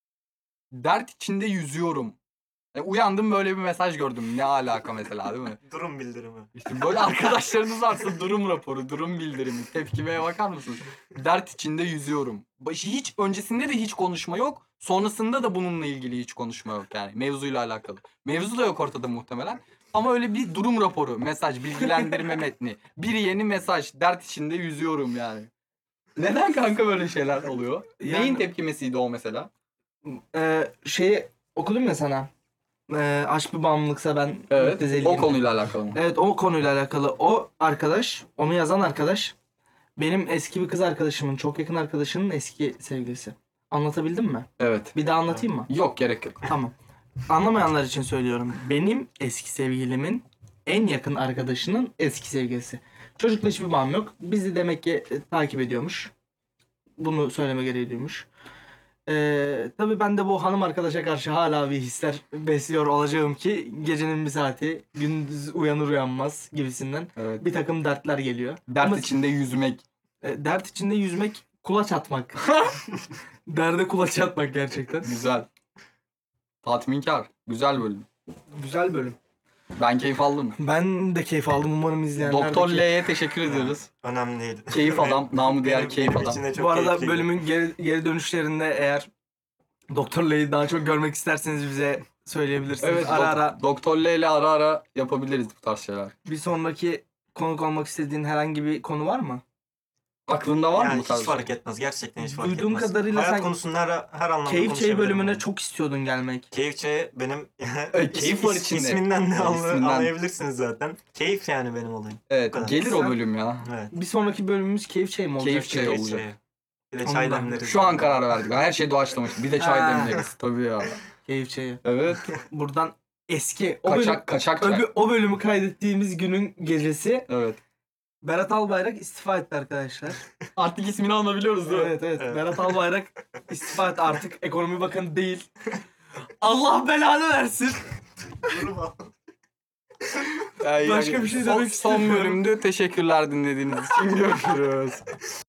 Dert içinde yüzüyorum. E, uyandım böyle bir mesaj gördüm. Ne alaka mesela değil mi? Durum bildirimi. İşte böyle arkadaşlarınız varsa durum raporu, durum bildirimi, tepkimeye bakar mısınız? Dert içinde yüzüyorum. Başı hiç öncesinde de hiç konuşma yok. Sonrasında da bununla ilgili hiç konuşma yok yani. Mevzuyla alakalı. Mevzu da yok ortada muhtemelen. Ama öyle bir durum raporu, mesaj, bilgilendirme metni. Bir yeni mesaj, dert içinde yüzüyorum yani. Neden kanka böyle şeyler oluyor? Yani- Neyin tepkimesiydi o mesela? Ee, şeyi okudum ya sana. Ee, aşk bir bağımlılıksa ben Evet, müptezeliyim. o konuyla alakalı mı? Evet o konuyla alakalı. O arkadaş, onu yazan arkadaş benim eski bir kız arkadaşımın, çok yakın arkadaşının eski sevgilisi. Anlatabildim mi? Evet. Bir daha anlatayım mı? Yok gerek yok. Tamam. Anlamayanlar için söylüyorum. Benim eski sevgilimin en yakın arkadaşının eski sevgilisi. Çocukla hiçbir bağım yok. Bizi demek ki e, takip ediyormuş. Bunu söyleme gereği duymuş. Ee, tabii ben de bu hanım arkadaşa karşı hala bir hisler besliyor olacağım ki gecenin bir saati gündüz uyanır uyanmaz gibisinden Evet. bir takım dertler geliyor. Dert Ama- içinde yüzmek. E, dert içinde yüzmek, kulaç atmak. Derde kulaç atmak gerçekten. Güzel. Tatminkar. Güzel bölüm. Güzel bölüm. Ben keyif aldım. Ben de keyif aldım. Umarım izleyenler de Doktor keyif- L'ye teşekkür ediyoruz. Önemli değil. Keyif adam. Namı diğer Benim- keyif benim adam. için de çok Bu arada keyifliydi. bölümün geri, geri dönüşlerinde eğer Doktor L'yi daha çok görmek isterseniz bize söyleyebilirsiniz. Evet, ara dok- ara Doktor L ile ara ara yapabiliriz bu tarz şeyler. bir sonraki konuk olmak istediğin herhangi bir konu var mı? Aklında var mı Yani bu tarz hiç bir fark şey? etmez. Gerçekten hiç fark Duyduğum etmez. kadarıyla Hayat sen konusunda her, her anlamda Keyif Çayı konuşabilirim bölümüne yani. çok istiyordun gelmek. Keyif Çayı benim Evet, keyif var is- içinde. isminden de Evet, anla- isminden. anlayabilirsiniz zaten. Keyif yani benim olayım. Evet kadar. gelir o Sen- bölüm ya. Evet. Bir sonraki bölümümüz Keyif Çayı mı olacak? Keyif Çayı Keyif olacak. Çayı. Bir de çay Ondan. demleriz. Şu an karar verdik. Her şey doğaçlamış. Bir de çay Ha. demleriz. Tabii ya. Keyif Çayı. Evet. Buradan eski o bölüm, Kaçak kaçak çay. öbür- o bölümü kaydettiğimiz günün gecesi Evet. Berat Albayrak istifa etti arkadaşlar. Artık ismini anlayabiliyoruz değil mi? Evet, evet Evet. Berat Albayrak istifa etti, artık ekonomi bakanı değil. Allah belanı versin. Yani Başka bir şey son- demek Son istemiyorum. bölümde teşekkürler dinlediğiniz için. Görüşürüz.